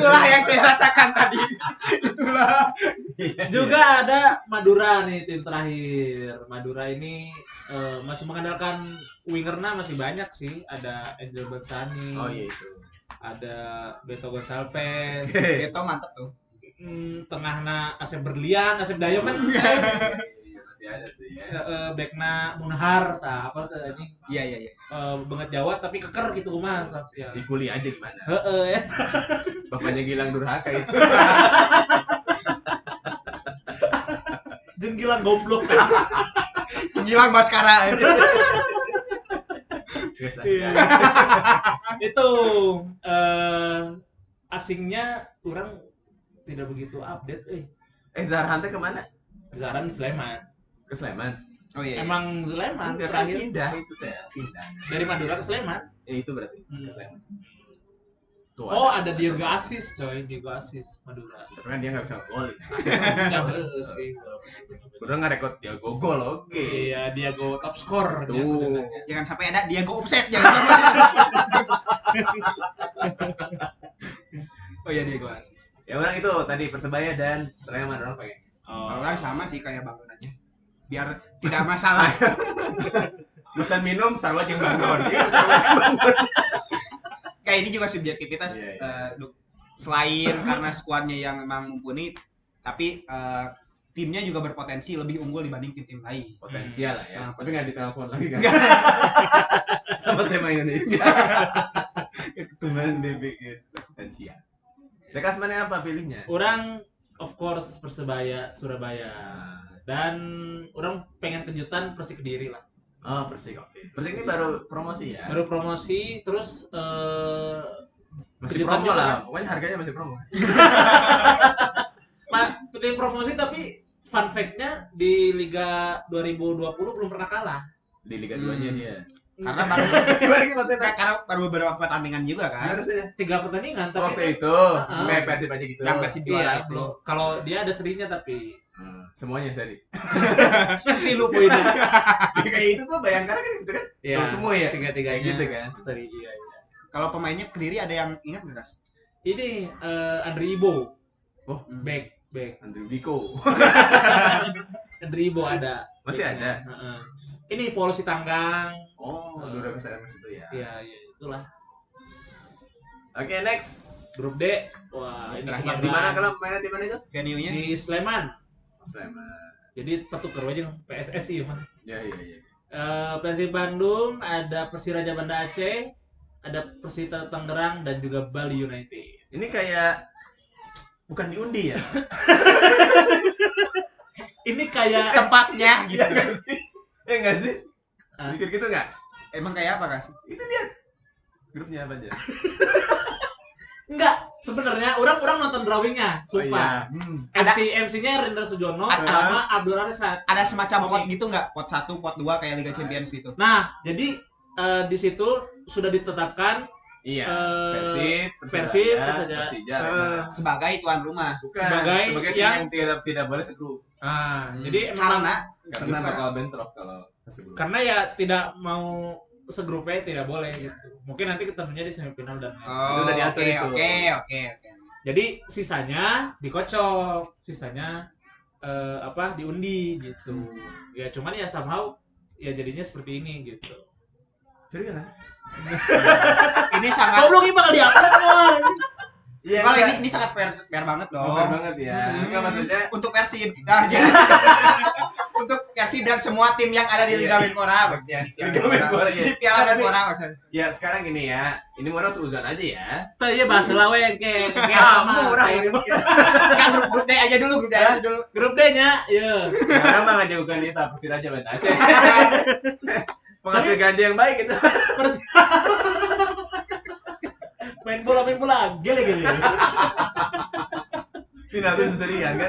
Itulah. Juga ada Madura nih tim terakhir. Madura ini masih mengandalkan wingernya masih banyak sih. Ada Angel Batsani. Oh iya itu. Ada Beto Gonçalves. Itu mantep tuh. Tengahna Asep Berlian, Asep Diamond. Masih ada tuh ya. Backna Munhar, apa tuh ini? Iya. Banget Jawa tapi keker gitu kumaha ya. Di kuliah aja gimana? Ya. Bapaknya Gilang Durhaka itu. Jeung Gilang goblok. Gilang Baskara. Biasa. Iya. Itu asingnya kurang tidak begitu update. Zarhan teh kemana? Zaran Sleman. Ke Sleman. Oh iya. Emang Sleman Enggak kan terakhir pindah itu teh, pindah. dari Madura ke Sleman. Itu berarti ke Sleman. Tuh, Oh, ada Diego Asis, coy. Diego Asis Madura. Tapi kan dia nggak bisa ngegol. Enggak beres sih. Udah nggak rekod dia gol oke. Iya, Diego top score. Tuh. Jangan sampai ada Diego offset jangan sampai. Oh iya Diego. Ya orang itu tadi Persebaya dan Sleman orang pengen. Kalau orang sama sih kayak Bangun aja. Biar tidak masalah. Pesan minum sarwa jeung bangun. Iya, sarwa jeung bangun. Kayak ini juga subjektivitas Iya. selain karena skuadnya yang memang mumpuni, tapi timnya juga berpotensi lebih unggul dibanding tim-tim lain. Potensial lah ya. Nah, Tapi nggak ditelepon lagi kan. Sama tema Indonesia. Ketumbuhan DBG potensial. Dekas mana apa pilihnya? Orang of course Persebaya Surabaya. Dan orang pengen kejutan Persik Kediri lah. Oh, Persik, oke. Persik ini baru promosi ya? Baru promosi, terus Masih kejutan promo juga lah. kan? Pokoknya harganya masih promo. Tim promosi tapi fun fact-nya di Liga 2020 belum pernah kalah. Di Liga 2-nya dia. Karena baru Gimana sih maksudnya? karena baru beberapa pertandingan juga kan. Gimana sih? 3 pertandingan tapi Waktu itu kayak Persib aja gitu. Yang Persib juara iya, itu. belum. Kalau dia ada serinya tapi Semuanya seri. nanti lu poinnya. Kayak itu tuh Bayangkara kan gitu kan? Iya. Kalau semua ya? Tiga-tiganya. Kayak gitu kan? Seri, iya, iya. Kalau pemainnya Kediri ada yang ingat nggak, Gas? Ini Andri Ibo. Oh, Back. Andrew Biko. Andri Ibo ada. Masih ada? Heeh. Ini Polo Sitanggang. Oh, udah ke situ ya. Iya, itulah. Oke, next. Grup D. Wah, ini Terakhir. Di mana kebanggaan. kalau mainnya di mana itu? Venue-nya? Di Sleman. Sleman. Jadi petukar aja PSSI mah. Ya, iya, iya. Persib Bandung, ada Persiraja Banda Aceh, ada Persita Tangerang dan juga Bali United. Ini kayak bukan diundi ya? Ini kayak Tempatnya gitu. Iya nggak sih? Iya nggak sih? Ah. Mikir gitu nggak? Emang kayak apa, Gas? Itu dia. Grupnya apa aja? enggak, sebenarnya orang nonton drawingnya, sumpah. Ada MC-nya Rendra Sujono Ada. sama Abdul Arisat. ada semacam Oke. pot gitu nggak? Pot 1, pot 2 kayak Liga Champions gitu. Nah, jadi di situ sudah ditetapkan Iya. Eh, Persib, Persija. Persija. Sebagai tuan rumah. Bukan. sebagai tim yang- yang tidak boleh segrup. jadi emang Karena Karena bakal bentrok kalau segrup. karena ya tidak mau segrupnya tidak boleh gitu. Mungkin nanti ketemunya di semifinal dan lain. Itu udah diatur itu. Oke. Jadi sisanya dikocok, sisanya diundi gitu. Ya cuman ya somehow ya jadinya seperti ini gitu. Serius kan? Ini sangat Goblok ini bakal diupload boy. Iya. Kalau enggak. ini sangat fair banget dong. Fair banget ya. Enggak maksudnya Untuk Persib. Nah, jadi untuk Persib dan semua tim yang ada di Liga Menpora maksudnya. Liga Menpora, iya. Di Piala Tapi- Menpora maksudnya. ya sekarang gini ya. Ini murah seuzon aja ya. Tuh iya bahasa lawe yang kayak Murah ya. Kan grup D aja dulu, grup D aja dulu. Grup D-nya, ya. Sekarang mah ngajagukan itu Persiraja Banda Aceh. Penghasil ganja yang baik itu. Main bola gele. Final itu seserian kan.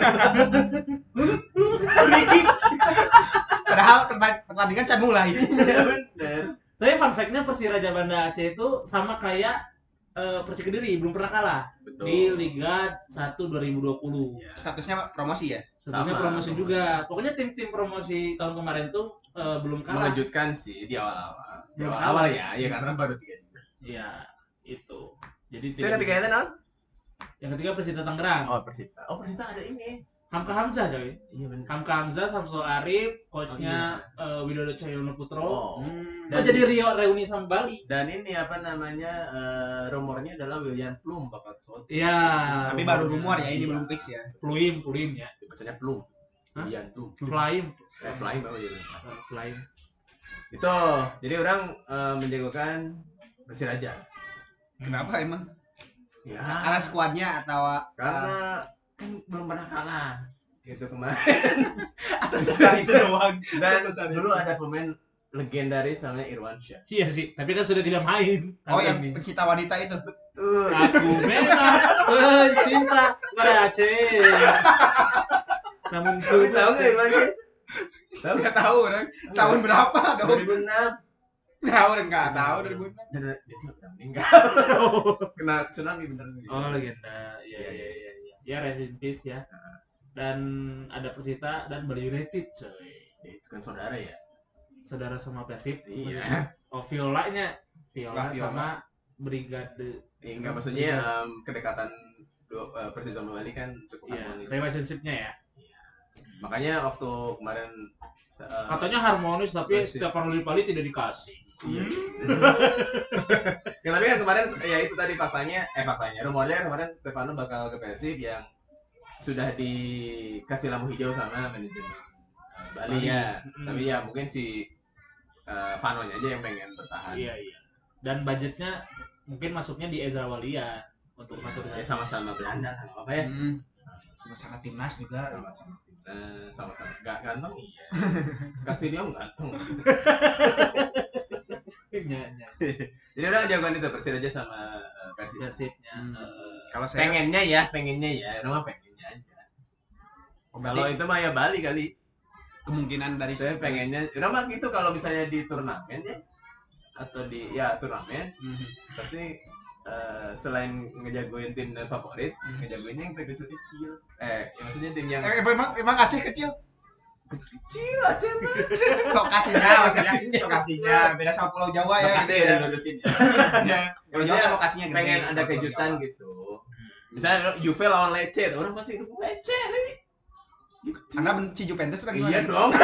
Padahal pertandingan can mulai. Iya bener. Tapi fun fact-nya Persiraja Banda Aceh itu sama kayak Persik Kediri, belum pernah kalah Betul. di Liga 1 2020. Ya. Statusnya promosi ya. Statusnya Sama, promosi promosi. juga. Pokoknya tim-tim promosi tahun kemarin tuh belum kalah. Mengejutkan sih di awal-awal. Di Belum awal-awal kalah. ya karena baru 3 juga. Iya, itu. Jadi Itu yang ketiga itu non? Yang ketiga Persita Tangerang. Oh Persita. Oh Persita ada ini. Hamka Hamzah coy. Iya benar. Hamka Hamzah, Samsul Arif, coachnya Widodo Cahyono Putro. Oh. Oh, jadi reuni sama Bali. Dan ini apa namanya rumornya adalah William Plum bakal ke Soto. Iya. Tapi baru rumor ya, ini Iya. belum fix ya. Pluim ya. Bacanya Plum. Hah? William Plum. Pluim. Flying baru jadi. Pluim. Itu. Jadi orang menjagokan Persiraja. Kenapa emang? Ya. Karena skuadnya atau Karena kan belum pernah kalah gitu kemarin. atau sekedar itu doang. Dan dulu ada pemain legendaris namanya Irwan Syah. Iya sih, tapi kan sudah tidak main. Oh, yang Tahun ini. pecinta wanita itu. Tuh. Aku memang pencinta Aceh. Namun Tapi tahu nggak Irwan Syah? Tahu? Enggak tahu orang. Tahun berapa dong? 2006. Tahu dan enggak tahu dari mana. Dan dia tuh udah meninggal. Kena tsunami bener. Oh, legenda. Iya. Ya rest in peace ya. Dan ada Persita dan Bali United coy. Ya, itu kan saudara ya. Saudara sama Persib. Iya. Oh, Viola-nya. Viola Viola. sama Brigade. Ya, enggak maksudnya kedekatan Persib sama Bali kan cukup Iya, harmonis. relationship-nya ya. Makanya waktu kemarin Katanya harmonis tapi Persib. setiap Pali tidak dikasih. Iya. Ya, tapi kan kemarin ya itu tadi faktanya rumornya kan kemarin Stefano bakal ke Persib yang sudah dikasih lampu hijau sama manajemen Bali ya. Tapi ya mungkin si Vanonya aja yang pengen bertahan. Iya. Dan budgetnya mungkin masuknya di Ezra Walia untuk naturalisasi. Ya sama-sama Belanda lah, apa ya? Sama-sama timnas juga. Sama-sama nggak ganteng iya. Castillo ganteng. Jadi udah jagoan itu Persib aja sama Persibnya. Kalau saya pengennya ya, udah mah pengennya aja. Kalau itu mah ya Bali kali. kemungkinan dari Saya pengennya, udah mah gitu kalau misalnya di turnamen ya, atau di ya turnamen, pasti selain ngejagoin tim favorit, ngejagoinnya yang kecil-kecil. Ya maksudnya tim yang emang Aceh kecil. kecil aja mah. Lokasinya maksudnya lokasinya beda sama Pulau Jawa ya. Lokasi gitu udah lurusin ya. Ya. Pulau Jawa kan lokasinya gede. Pengen ada Pulau kejutan Jawa. gitu. Misalnya Juve lawan Lecce, orang pasti dukung Lecce nih. Gitu. Anda benci Juventus lagi Iya gimana? dong.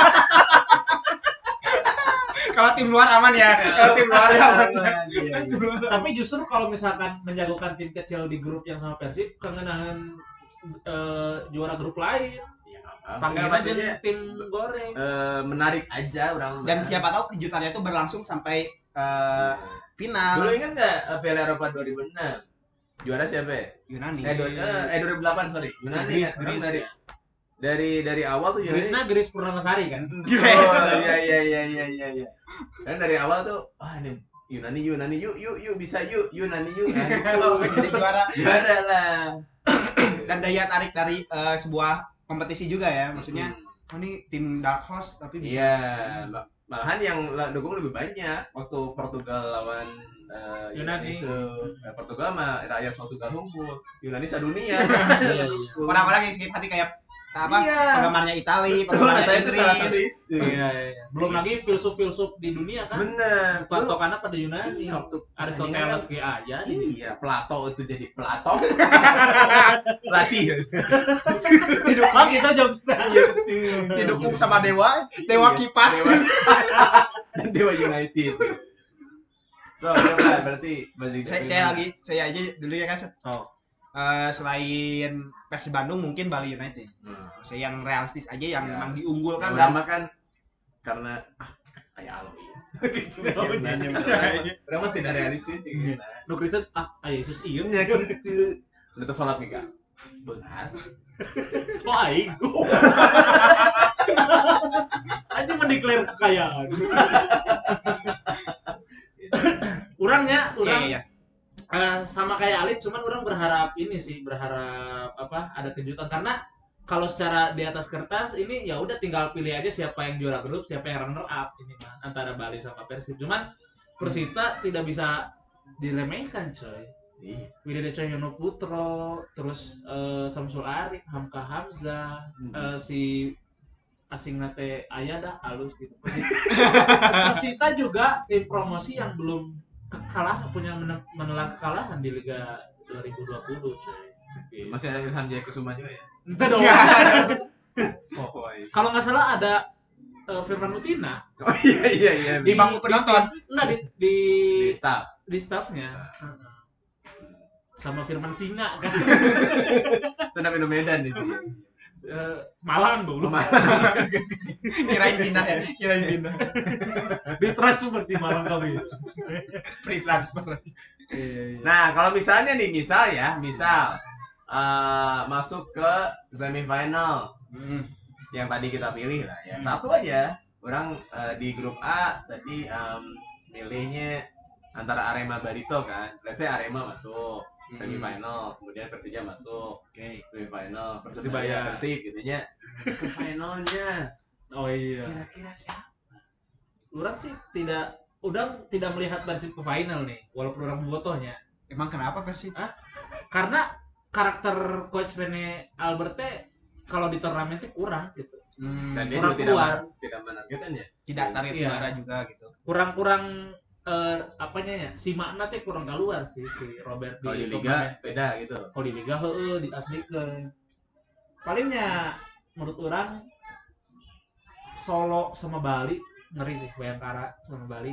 Kalau tim luar aman ya. Kalau tim luar aman. Iya. Tapi justru kalau misalkan menjagokan tim kecil di grup yang sama Persib, kangenan juara grup lain. Panggil aja maksudnya tim goreng. menarik aja orang. Dan siapa tahu kejutannya itu berlangsung sampai final. Dulu ingat nggak Piala Eropa 2006? Juara siapa ya? Yunani. 2008 sorry. Yunani Greece, kan? Orang Greece, dari awal tuh Yunani. Greece Purnamasari kan? Oh iya. Kan dari awal tuh, ini Yunani yuk bisa yuk Yunani yuk. Nah, Kalau jadi juara lah. dan daya tarik dari sebuah kompetisi juga ya. Maksudnya ini tim dark horse tapi bisa. Iya, malahan yang dukung lebih banyak waktu Portugal lawan Yunani itu. Portugal mah rakyat Portugal unggul, Yunani sadunia. Orang-orang yang sakit hati kayak apa? Iya. Penggemarnya Itali, Betul, penggemarnya saya itu salah satu Inggris. itu. Iya. Belum lagi filsuf di dunia kan? Bener. Patokannya pada Yunani. Iya, waktu Aristoteles ge aja. Iya, Plato itu jadi Plato. Latih. Bang kita jokes. Iya betul. Didukung sama dewa kipas. Dan Dewa United. So, coba berarti saya aja dulu ya kan. Oh. Selain Persib Bandung mungkin Bali United. Saya yang realistis aja yang Ya. memang diunggulkan Udah dan mah kan karena ayah alo iya. Oh, iya. Udah mah tidak realistis gitu. Nu Kristen Yesus ieu. Iya gitu. Udah sholat nih kak. Benar. Oh aing. Aja mendeklar kekayaan. Urangnya, Iya. sama kayak Alit, cuman orang berharap ada kejutan karena kalau secara di atas kertas ini ya udah tinggal pilih aja siapa yang juara grup, siapa yang runner up ini mah antara Bali sama Persib. Cuman Persita tidak bisa diremehkan coy. Iya. Widya Cahyono Putro, terus Samsul Arif, Hamka Hamzah, si asing nate aya dah halus gitu. Persita juga tim promosi yang belum punya menelan kekalahan di Liga 2020 coy. Masih ada Ilham Jaya Kusuma juga ya? Entah dong. Iya. Kalau nggak salah ada Firman Utina Oh iya. Di bangku penonton. enggak di staff. di staffnya. Sama Firman Singa kan. Sedang minum Medan itu. Malang dulu. Kirain pindah. Ditransfer di Malang kami. Free transfer. Nah, kalau misalnya nih, misal masuk ke semifinal yang tadi kita pilih lah ya. Satu aja. Orang di grup A tadi milihnya antara Arema Barito kan. Let's say Arema masuk semifinal, kemudian Persija masuk semifinal, Persebaya Persib gitunya ke finalnya. Oh iya. Kira-kira siapa? Orang sih tidak melihat Persib ke final nih, walaupun orang bobotohnya. Emang kenapa Persib? Karena karakter coach Rene Alberte kalau di turnamen itu kurang gitu. Dan dia Kurang juga keluar. tidak menargetkan ya. Tidak tarik Iya. juara juga gitu. Kurang apanya ya? Si makna teh kurang keluar sih si Robert Kalau di turnamen. liga beda gitu. Kalau di liga diaslikan. Palingnya menurut orang Solo sama Bali ngeri sih, Bayangkara sama Bali.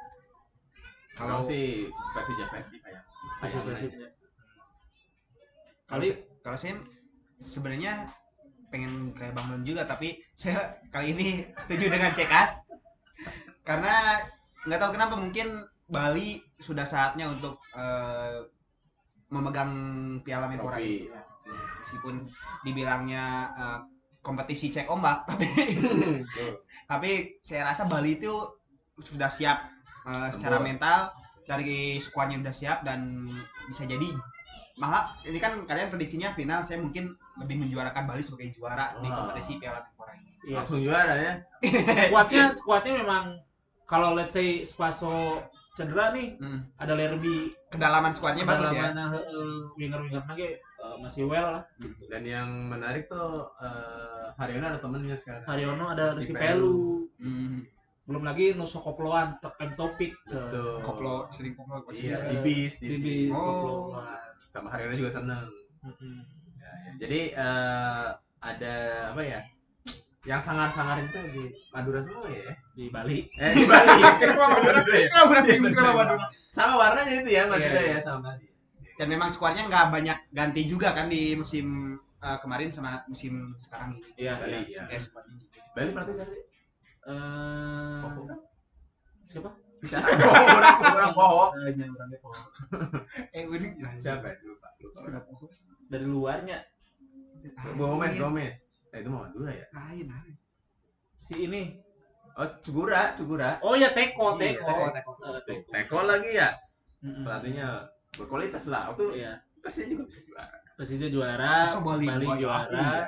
Kalau sih Persija kayak Persibnya. Kalau saya sebenarnya pengen kayak Bang Don juga, tapi saya kali ini setuju dengan Cekas karena nggak tahu kenapa, mungkin Bali sudah saatnya untuk memegang Piala Menpora ini. Meskipun dibilangnya kompetisi cek ombak, tapi saya rasa Bali itu sudah siap secara mental, dari skuadnya udah siap, dan bisa jadi malah ini kan kalian prediksinya final, saya mungkin lebih menjuarakan Bali sebagai juara di kompetisi Piala Menpora ini. Iya. Langsung juara ya. Skuadnya memang kalau let's say Spaso cedera nih, ada Lerby, kedalaman skuadnya bagus ya. Winger-winger lagi masih well lah. Dan yang menarik tuh Haryono ada temennya sekarang. Haryono ada Rizky Pelu. Belum lagi Nuso Koploan, Topik. Betul. Sering koplo. Iya, Dibis. Koplo. Sama Haryono juga seneng. Ya. Jadi ada apa ya? Yang sangar-sangar itu di Madura semua ya? Di Bali. Di Bali. Madura. Sama warnanya itu ya Madura ya sama Bali. Dan memang skuadnya nggak banyak ganti juga kan di musim kemarin sama musim sekarang ini. Iya. Bali. Bali berarti siapa? Orang Poho. Unik. Siapa? Lupa. Dari luarnya. Gomez. Itu mau Madura ya? Lain. Si ini. Oh, Cugura. Oh ya, Teko. Teko lagi ya? Pelatihnya berkualitas lah. Waktu Persija juga bisa juara. Persija juara, Bali juara.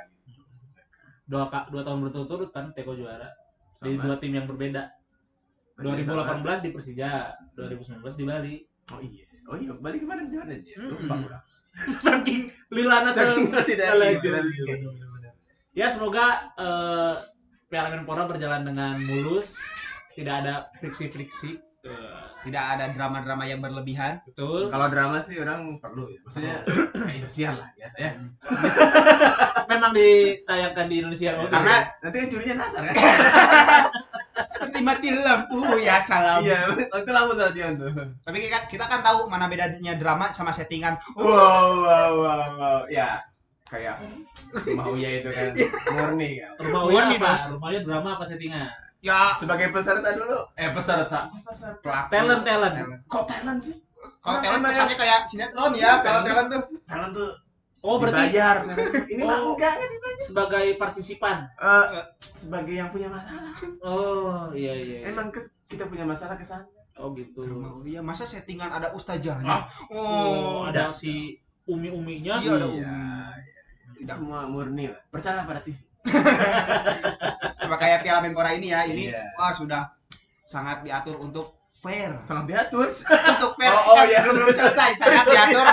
Dua tahun berturut-turut kan Teko juara. Di dua tim yang berbeda. 2018 di Persija, 2019 di Bali. Oh iya, Bali kemarin juara aja. Lupa kurang. Saking lilana tidak lagi. Ya, semoga Piala Menpora berjalan dengan mulus, tidak ada friksi-friksi, tidak ada drama-drama yang berlebihan. Betul. Kalau drama sih orang perlu ya. Maksudnya Indosiar lah ya saya. Memang ditayangkan di Indonesia Karena nanti kan jurinya Nasar kan. Seperti mati lampu ya salam. Iya, itu lampu Sation tuh. Tapi kita kan tahu mana bedanya drama sama settingan. Wow. Ya, kayak Rumah Uya itu kan murni kan. Rumahnya drama apa settingan? Ya, Sebagai peserta dulu. Peserta. Talent. Kok talent sih? kalau talent kesannya kayak sinetron ya. Kalau Talent tuh berarti dibayar. Ini mah enggak dibayar. sebagai partisipan. Sebagai yang punya masalah. Oh, iya. Emang kita punya masalah ke sana. Oh gitu. Iya, masa settingan ada ustazahnya? Ada si umi-uminya. Iya, ada umi. Tidak semua murni lah. Percaya pada TV. Sama kayak Piala Menpora ini ya. Ini Iya. Sudah sangat diatur untuk fair. Sangat diatur. Untuk fair. Belum selesai. Sangat diatur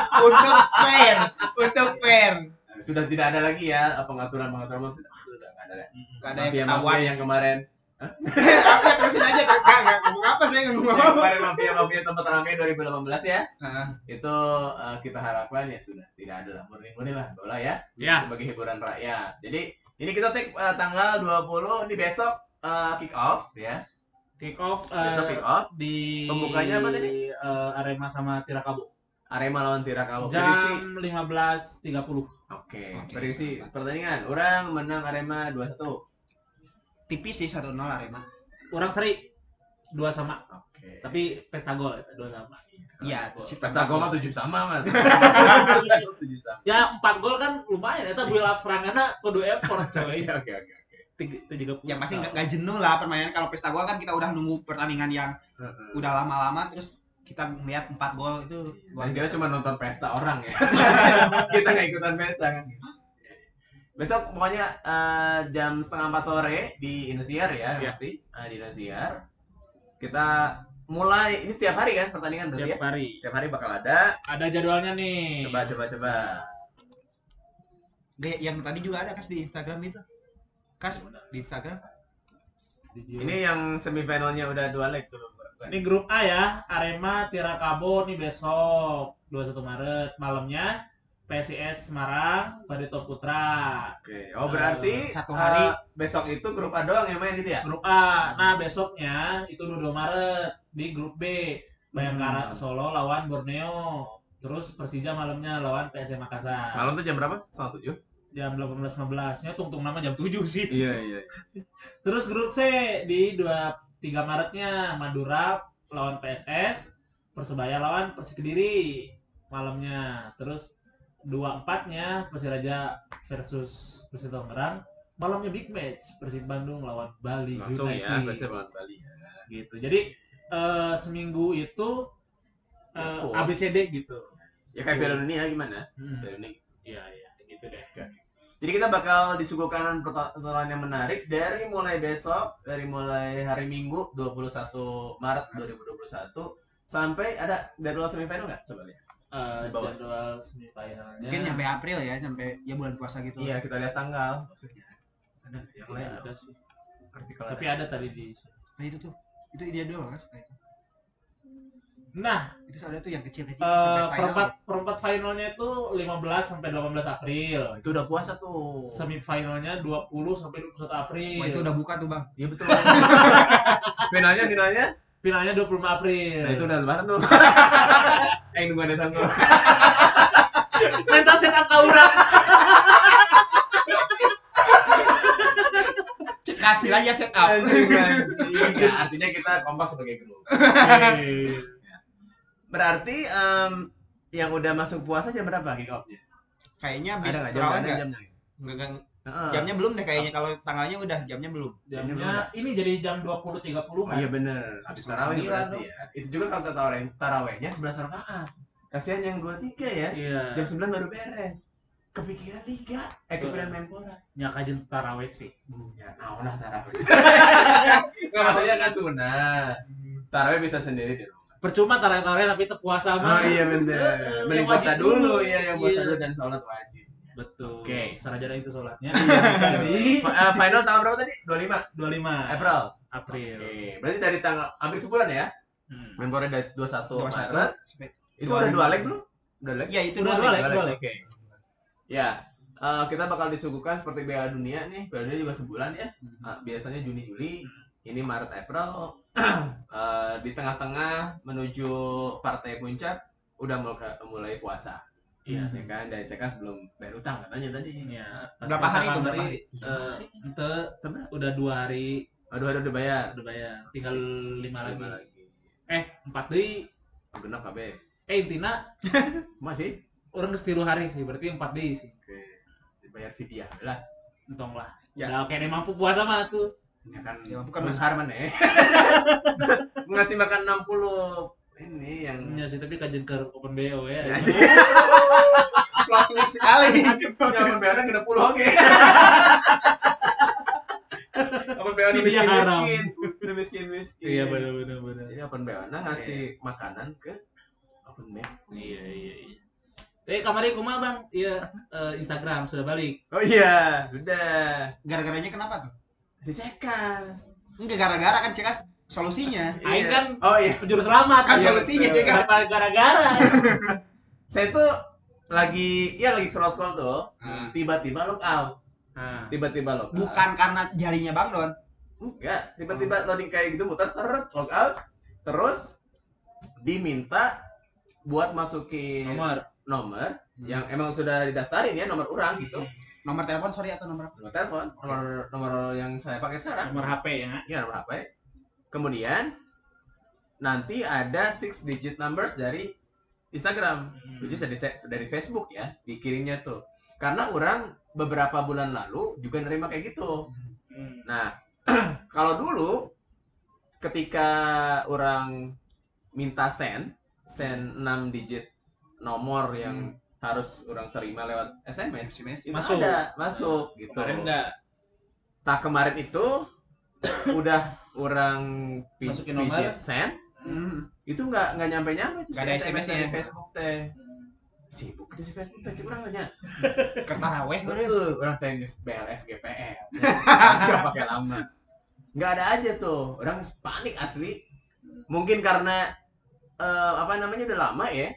untuk fair. Sudah tidak ada lagi ya pengaturan sudah nggak ada. Nggak ada yang ketahuan. Yang kemarin. Tapi terusin aja. Nggak ngomong apa, saya nggak ngomong Yang apa. kemarin mafia sempat ramai 2018 ya. Itu kita harapkan ya sudah tidak ada lah, murni lah bola ya. Sebagai hiburan rakyat. Jadi ini kita take tanggal 20 ini besok kick off ya. Besok kick off. Di Pembukanya apa tadi? Arema sama Tirakabo. Arema lawan Tirakabo. Jam 15.30. Oke. Prediksi pertandingan. Orang menang Arema 2-1. Tipis sih 1-0 Arema. Orang seri 2-2. Oke. Tapi pesta gol 2-2. Iya, Pesta gol mah 7 sama man. 7 sama. Ya 4 gol kan lumayan. Eta build up seranganna kudu effort coy. Oke. Itu juga yang pasti nggak jenuh lah permainan. Kalau pesta gol kan kita udah nunggu pertandingan yang udah lama-lama, terus kita melihat 4 gol itu Dan kita cuma nonton pesta orang ya. Kita nggak ikutan pesta kan. Besok pokoknya jam 3:30 sore di Indosiar ya, pasti di Indosiar. Kita mulai ini setiap hari kan pertandingan berarti tiap hari. Setiap hari bakal ada. Ada jadwalnya nih. Coba. yang tadi juga ada Kas di Instagram itu. Kas di Instagram. Ini yang semifinalnya udah 2 leg coba. Ini grup A ya, Arema Tirakabo nih besok 21 Maret malamnya. PSIS Semarang, Barito Putra. Oke. Oh berarti satu hari besok itu grup A doang yang main gitu ya? Grup A. Nah besoknya itu 22 Maret di grup B. Bayangkara Solo lawan Borneo. Terus Persija malamnya lawan PSM Makassar. Malam tuh jam berapa? 7? Jam 18.15. Ya tungtung nama jam 7 sih. Iya. Terus grup C di 23 Maretnya Madura lawan PSS, Persebaya lawan Persik Kediri malamnya. Terus 24-nya Persiraja versus Persib Tangerang, malamnya big match Persib Bandung lawan Bali Langsung United. ya, Persib lawan Bali. Gitu. Jadi seminggu itu Full. ABCD gitu. Ya kayak Piala Dunia gimana? Piala Dunia. Iya, gitu deh. Jadi kita bakal disuguhkan pertolongan yang menarik dari mulai besok, dari mulai hari Minggu 21 Maret 2021 sampai ada jadwal semifinal nggak? Coba lihat. Di bawah. Jadwal semifinalnya. Mungkin sampai April ya, sampai ya bulan puasa gitu. Iya, kita lihat tanggal. Maksudnya ada nggak yang lain? Ada sih. Artikel Tapi ada tadi di. Nah itu tuh. Itu dia doang, Mas. Nah, Itu ada tuh yang kecil-kecil sampai final. perempat finalnya itu 15 sampai 18 April. Itu udah puasa tuh. Semifinalnya 20 sampai 21 April. Wah, itu udah buka tuh, Bang. Iya betul. Finalnya? Finalnya 25 April. Nah itu udah lebaran tuh. Nunggu ada tanggal. Mental setup ka urang. Kasih aja set up. Ya, artinya kita kompak sebagai grup. Berarti yang udah masuk puasa jam berapa kick off-nya? Kayaknya habis Ada nggak terawih jamnya? enggak? Jamnya? Enggak. Heeh. Jamnya belum deh kayaknya, kalau tanggalnya udah, jamnya belum. Jamnya ini jadi jam 20.30 Oh kan? iya bener. Habis tarawih 9 berarti ya. Itu juga kalau tarawihnya 11 rakaat. Kasihan yang 23 ya. Iya. Jam 9 baru beres. Kepikiran 3. Kepikiran Menpora. Nya kajen tarawih sih. Ya, naon lah tarawih. Enggak maksudnya kan sunah. Tarawih bisa sendiri di rumah. Percuma tarawih tapi tetap puasa Oh mah. iya bener. Mending Yang wajib puasa dulu dulu. ya, yang puasa Iya. dulu dan sholat wajib. Betul. Oke. Sarajana itu sholatnya. Jadi final tanggal berapa tadi? 25 25 April. April. Oke, berarti dari tanggal hampir sebulan ya. Menpora dari 21 Maret. Itu udah 2 leg belum? Udah leg? Iya, itu Udah dua dua leg. leg. Boleh. Oke. Ya, kita bakal disuguhkan seperti Piala Dunia nih. Piala Dunia juga sebulan ya. Biasanya Juni Juli. Ini Maret April. Di tengah-tengah menuju partai puncak udah mulai puasa. Iya, ya kan? Dan cekas belum bayar utang katanya tadi. Ya. Berapa hari itu? Berapa hari? Itu udah 2 hari Aduh, udah bayar. Tinggal 5 lagi. 5 lagi. 4 deui. Genap KB. Intina Masih? orang geus 3 hari sih, berarti 4 deui sih. Oke. Dibayar fidyah lah. Entong lah. Ya. Ya oke deh mampu puasa mah tuh. Ya kan, Ya, bukan Mas Harman ya. Ngasih makan 60 ini yang Ya sih tapi kajian ke open BO ya. Ya, Plot twist sekali. Nyaman beana kena 10 oke. Open beana Fidyah haram. miskin. Iya benar. Jadi open beana ngasih makanan ke open beana. Iya. Kamari kumaha Bang? Iya, Instagram sudah balik. Oh iya, sudah. Gara-garanya kenapa tuh? Si Cekas. Enggak gara-gara kan Cekas solusinya. Aing kan Oh iya. penjuru selamat. Kan Iya, solusinya betul. Cekas. Kenapa gara-gara? Saya tuh lagi scroll tuh, tiba-tiba look out. Nah, Tiba-tiba lock out. Bukan karena jarinya Bang Don. Enggak, tiba-tiba loading kayak gitu muter log out. Terus diminta buat masukin nomor yang emang sudah didaftarin ya, nomor orang gitu. Nomor telepon sorry atau nomor apa? Nomor telepon, nomor yang saya pakai sekarang. nomor HP ya. Iya, nomor HP. Kemudian nanti ada 6 digit numbers dari Instagram, which is dari Facebook ya, dikirimnya tuh. Karena orang beberapa bulan lalu juga nerima kayak gitu. Nah, kalau dulu ketika orang minta send 6 digit nomor yang harus orang terima lewat SMS, itu Masuk. masuk gitu. Kemarin enggak. Kemarin itu udah orang Masukin nomor. pijit send, itu nggak nyampe itu Nggak ada si SMS SMS-nya. dari Facebook teh. Sibuk itu si Facebook teh, cuma nanya. Kertaraweh Orang teknis BLS GPL. Nggak pakai lama. Nggak ada aja tuh. Orang panik asli. Mungkin karena udah lama ya.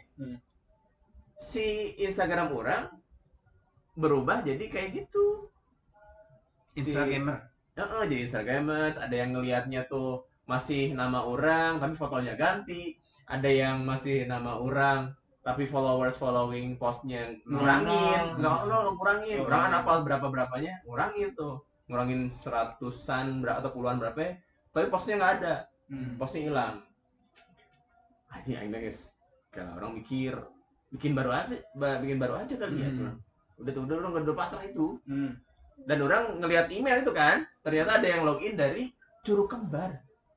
Si Instagram orang berubah jadi kayak gitu. Instagramer. Jadi Instagramers, ada yang ngelihatnya tuh masih nama orang tapi fotonya ganti, ada yang masih nama orang tapi following postnya ngurangin, ngurangin. Orang kan hafal berapa-berapanya, ngurangin tuh. Ngurangin 100-an atau puluhan berapa ya. Tapi postnya nggak ada. Postnya hilang. Anjing aing guys. Kalau orang mikir bikin baru aja kali ya, cuman. Udah orang udah pasrah itu. Dan orang ngelihat email itu kan, ternyata ada yang login dari Curug Kembar.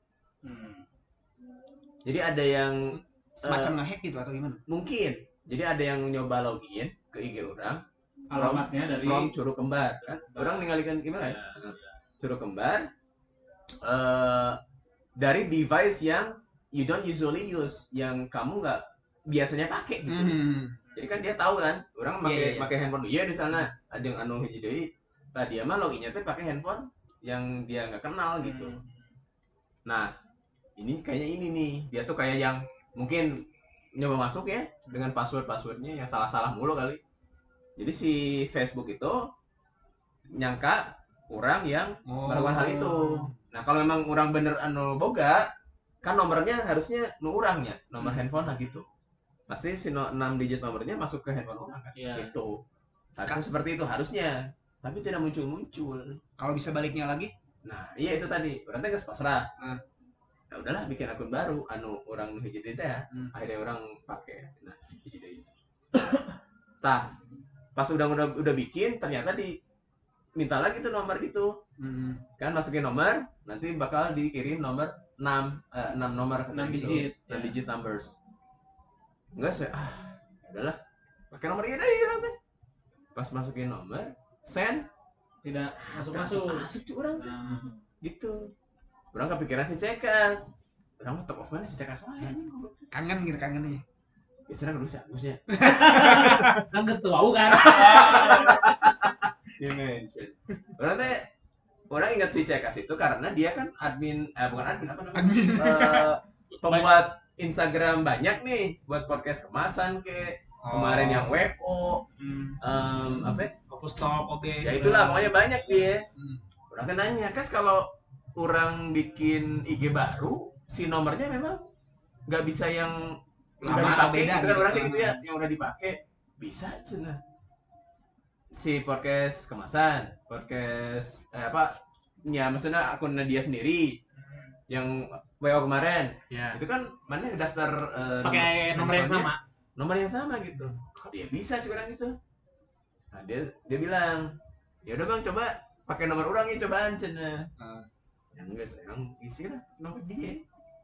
Jadi ada yang semacam ngehack gitu atau gimana? Mungkin. Jadi ada yang nyoba login ke IG orang. Alamatnya dari From Curug Kembar kan. Orang ninggalkan email kan. Curug Kembar dari device yang you don't usually use, yang kamu nggak biasanya pakai gitu. Jadi kan dia tahu kan, orang pakai handphone dia di sana. Ada yang anu hiji deui. Tadi dia mah loginnya tuh pakai handphone yang dia nggak kenal gitu. Nah, ini kayaknya ini nih, dia tuh kayak yang mungkin nyoba masuk ya dengan passwordnya yang salah-salah mulu kali. Jadi si Facebook itu nyangka orang yang melakukan hal itu. Nah, kalau memang orang bener anu boga, kan nomornya harusnya nu urangnya, nomor handphone lah gitu. Pasti si 6 digit nomornya masuk ke handphone orang kan. Gitu. Harusnya seperti itu harusnya. Tapi tidak muncul. Kalau bisa baliknya lagi? Nah, iya itu tadi. Berarti geus pasrah. Ya udahlah bikin akun baru anu orang hiji deui teh ya. Akhirnya orang pakai. Nah, hiji deui. Tah, pas udah bikin ternyata minta lagi tuh nomor gitu. Kan masukin nomor, nanti bakal dikirim nomor 6 nomor 6 digit. 6 digit numbers. Enggak sih. Udahlah. Pakai nomor ini deh orang teh. Pas masukin nomor, send tidak masuk orang gitu. Orang kepikiran si Cekas. Orang top of mana si Cekas wae anjing. Kangen nih. Biasanya dulu sih agusnya. Kan geus teu wau kan. Dimension. Orang ingat si Cekas itu karena dia kan bukan admin apa namanya? Pembuat Instagram banyak nih buat podcast kemasan kemarin yang WO Fokus Talk ya itulah pokoknya banyak dia. Orang kan nanya, "Kas kalau orang bikin IG baru, si nomornya memang nggak bisa yang sudah dipakai gitu kan?" Orang kayak gitu ya, yang udah dipakai bisa cenah. Si podcast kemasan, podcast ya maksudnya akunnya dia sendiri yang WO kemarin. Ya. Itu kan mana daftar pakai nomor yang sama. Nomor yang sama gitu. Kok dia bisa curang gitu? Nah, dia bilang, "Ya udah Bang, coba pakai nomor orang ya cobaan cenah." Yang enggak sayang isi lah nomor dia.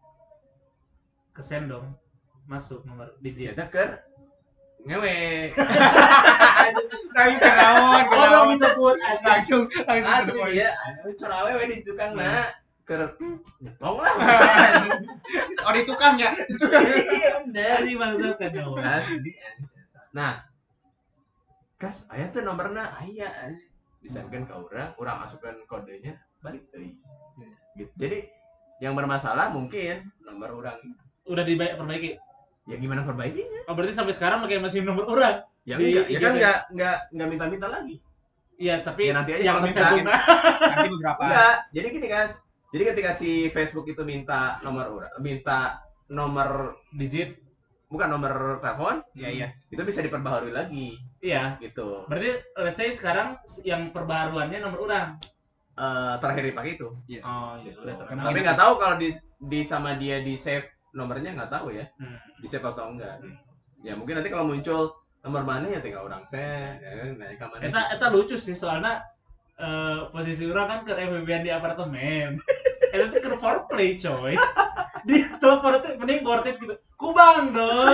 Kesen dong. Masuk nomor digit. Saya keur ngewe. Tapi kenaon. Bisa pun langsung Dia cara awewe di tukang na keur nyetong lah. Oh di tukang ya. Iya bener. Ini maksud kan dong. Asli. Nah, Kas, aya teh nomorna aya disampaikan ke orang masukkan kodenya balik deui. Gitu. Jadi yang bermasalah mungkin nomor orang Udah diperbaiki. Ya gimana perbaikinya? Oh berarti sampai sekarang masih nomor orang. Ya enggak, ya kan enggak minta-minta lagi. Iya, tapi ya nanti aja yang kalau minta. Nanti beberapa. Enggak. Jadi gini, Kas. Jadi ketika si Facebook itu minta nomor digit, bukan nomor telepon, Iya. itu bisa diperbaharui lagi. Iya. Gitu. Berarti let's say sekarang yang perbaruannya nomor orang. Terakhir dipakai itu. Oh, iya sudah terkenal. Tapi nggak tahu kalau di sama dia di save nomornya nggak tahu ya. Di save atau enggak. Gitu. Ya mungkin nanti kalau muncul nomor mana ya tinggal orang save. Ya, ke mana. Eta lucu sih soalnya posisi orang kan ke FBN di apartemen. Eta tuh ke foreplay coy. Di telepon itu mending gortit gitu. Kubang dong.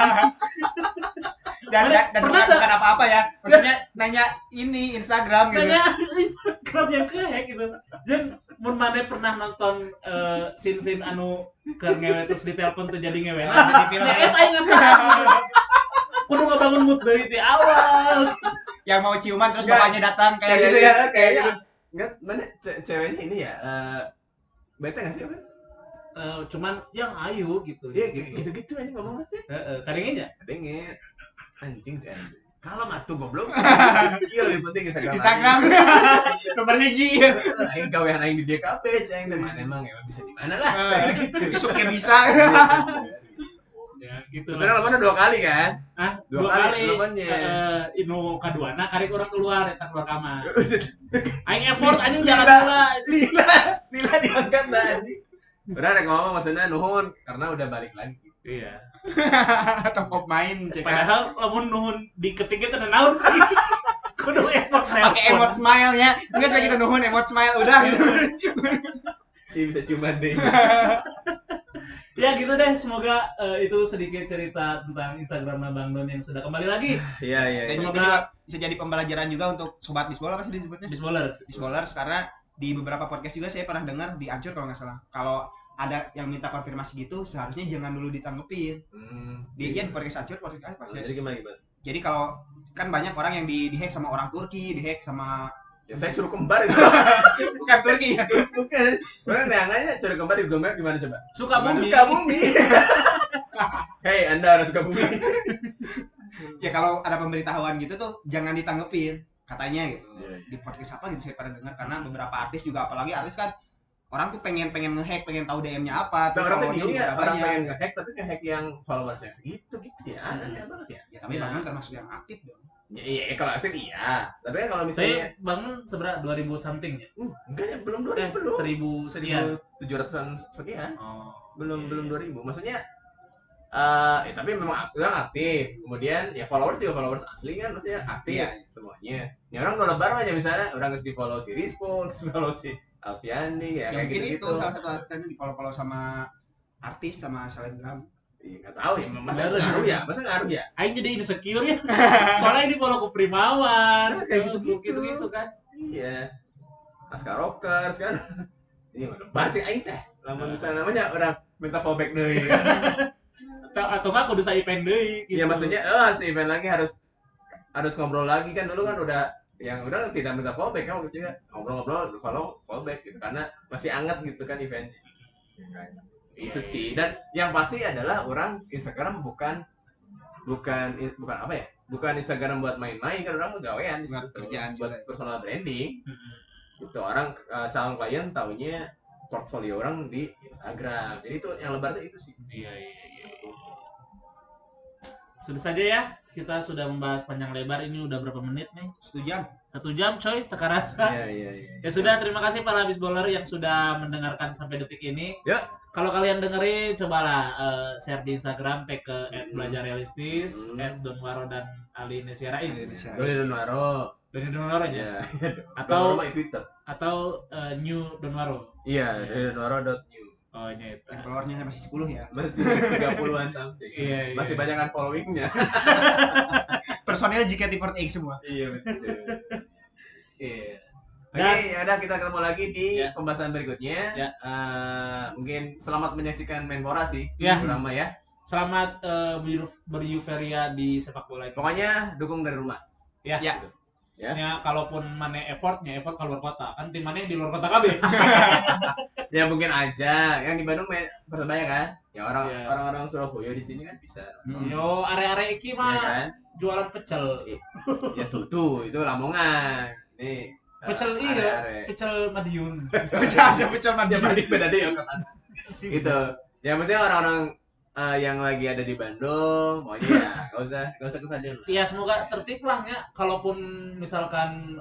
Dan bukan apa-apa ya. Maksudnya nanya ini Instagram gitu. Nanya Instagram yang kehack gitu. Jeung mun maneh pernah nonton scene anu keur ngewe terus ditelepon tuh jadi ngewe. Jadi film. Eta aing kudu ngebangun mood dari di awal. Yang mau ciuman terus bapaknya datang kayak gitu ya. Kayaknya enggak mana ceweknya ini ya bete enggak sih apa? Cuman yang ayu gitu. Iya gitu-gitu aja ngomong teh. Kadangnya Kadangnya anjing. Kalau matu goblok. Iya lebih penting Instagram. Nomor hiji. Aing gawean aing di DKP ceng teh mana emang bisa di mana lah. Besok kayak bisa. ya Gitu Sebenarnya lawannya 2 kali kan? Dua kali. lawannya. Inu kaduana karek orang keluar kamar. Aing effort anjing jalan heula. Lila diangkat lah anjing. Udah rek ngomong maksudnya nuhun karena udah balik lagi. Iya. Top main cek. Padahal lamun nuhun diketik itu naon sih. Kudu effort Pakai emot smile ya. Enggak suka gitu nuhun emot smile udah gitu. Sih bisa cuma deh. Ya gitu deh, semoga itu sedikit cerita tentang Instagram Bang Don yang sudah kembali lagi. Iya. Dan itu juga bisa jadi pembelajaran juga untuk sobat bisbol apa sih disebutnya? Bisballers. Bisballers karena di beberapa podcast juga saya pernah dengar di Ancur kalau nggak salah. Kalau ada yang minta konfirmasi gitu, seharusnya jangan dulu ditanggepin. Di podcast Ancur, podcast apa sih? Jadi gimana? Jadi kalau kan banyak orang yang di-hack sama orang Turki, di-hack sama Ya saya curug kembar itu. bukan Turki ya. Bukan. Orang neangannya curug kembar di Google Map gimana coba? Sukabumi. Hei, Anda orang Sukabumi. Ya kalau ada pemberitahuan gitu tuh jangan ditanggepin katanya gitu. Iya. Di podcast apa gitu saya pernah dengar karena beberapa artis juga apalagi artis kan orang tuh pengen nge-hack, pengen tahu DM-nya apa, Nah, orang tuh follow-nya bingung juga ya, ada orang banyak. pengen nge-hack tapi nge-hack yang followersnya segitu gitu ya. Aneh banget ya. Ya tapi Iya. Bang termasuk yang aktif dong. Iya, kalau aktif iya. Tapi kan kalau Saya misalnya bangun seberapa 2000 something ya? enggak ya, belum 2000 belum. 1000 sekian. 1700-an sekian. Oh. Belum Iya. 2000. Maksudnya tapi memang aktif. Kemudian ya followers juga followers asli kan maksudnya aktif Iya. semuanya. Ya orang kalau lebar aja misalnya orang harus di-follow si Rispo, follow si Alfiandi ya Ya kayak mungkin gitu-gitu. itu salah satu alasannya di follow sama artis sama selebgram. Iya, nggak tahu ya, masa Bener. ngaruh ya? Masa ngaruh ya? Aing jadi insecure ya. Soalnya ini follow ke Primawan, Nah, kayak gitu-gitu. gitu kan. Iya. Askar Rockers kan. Ini udah baca aing teh. Lamun misalnya namanya orang minta fallback deui. Atau enggak kudu sa event deui gitu. Iya, maksudnya si event lagi harus ngobrol lagi kan dulu kan udah udah tidak minta fallback kan waktu itu juga ngobrol-ngobrol follow fallback gitu karena masih anget gitu kan eventnya. Ya, kan? Itu sih, dan yang pasti adalah orang Instagram bukan apa ya, bukan Instagram buat main-main kan orang gawean di Buat situ, kerjaan buat juga. personal branding Mm-mm. gitu. Orang calon klien taunya portfolio orang di Instagram, jadi itu yang lebar tuh itu sih. Iya. Sudah saja ya, kita sudah membahas panjang lebar. Ini udah berapa menit nih? 1 jam. 1 jam coy, teka rasa. Iya. Ya sudah, terima kasih para bisbowler yang sudah mendengarkan sampai detik ini. Ya. Kalau kalian dengerin, cobalah share di Instagram, tag ke @belajarrealistis, @donwaro dan Ali Nesia Rais. Doni Donwaro. Doni Donwaro aja. Iya. Atau Donwaro Twitter. atau New Donwaro. Iya, donwaro.new. Oh, nyeta. Followernya masih 10 ya. Masih 30-an something. Iya. Masih banyak kan followingnya. Personil JKT48 semua. Iya betul. Iya. Oke, ya udah kita ketemu lagi di Ya. pembahasan berikutnya. Ya. Mungkin selamat menyaksikan Menpora sih, Ya. drama ya. Selamat beruferia di sepak bola Indonesia. Pokoknya dukung dari rumah. Ya. Ya. Ya. Ya, kalaupun mana effort keluar kota. Kan tim mana di luar kota KB. Ya mungkin aja. Yang di Bandung main Persebaya kan? Ya Iya. orang-orang Surabaya di sini kan bisa. Yo, are-are iki Ya mah kan? jualan pecel. Ya tutu itu Lamongan. Nih. Pecel iya, pecel Madiun. Ada pecel Ya mandi. balik beda deh ya kata. Gitu. Ya maksudnya orang-orang yang lagi ada di Bandung, pokoknya ya nggak usah kesana. Ya semoga tertib lah ya. Kalaupun misalkan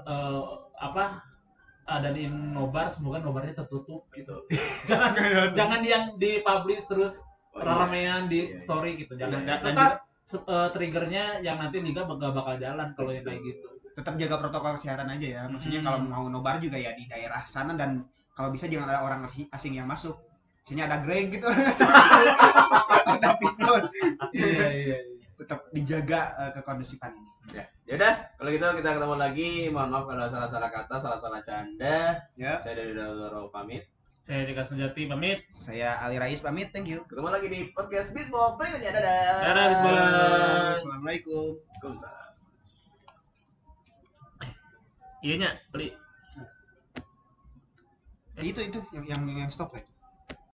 adain nobar, semoga nobarnya tertutup gitu. Jangan yang dipublish terus ramean di Iya. story gitu. Jangan. Dan Tetap triggernya yang nanti liga gak bakal jalan kalau yang kayak gitu. Tetap jaga protokol kesehatan aja ya. Maksudnya Hmm. kalau mau nobar juga ya di daerah sana dan kalau bisa jangan ada orang asing yang masuk. Misalnya ada Greg gitu. Ada Piton. Iya. Tetap dijaga kekondusifan ini. Ya udah, kalau gitu kita ketemu lagi. Mohon maaf kalau ada salah-salah kata, salah-salah canda. Ya. Saya dari Donwaro pamit. Saya Jika Senjati pamit. Saya Ali Rais pamit. Thank you. Ketemu lagi di podcast Bisbol berikutnya. Dadah. Dadah, Bisbolers. Assalamualaikum. Waalaikumsalam. Iya nya, beli. Itu yang stop ya.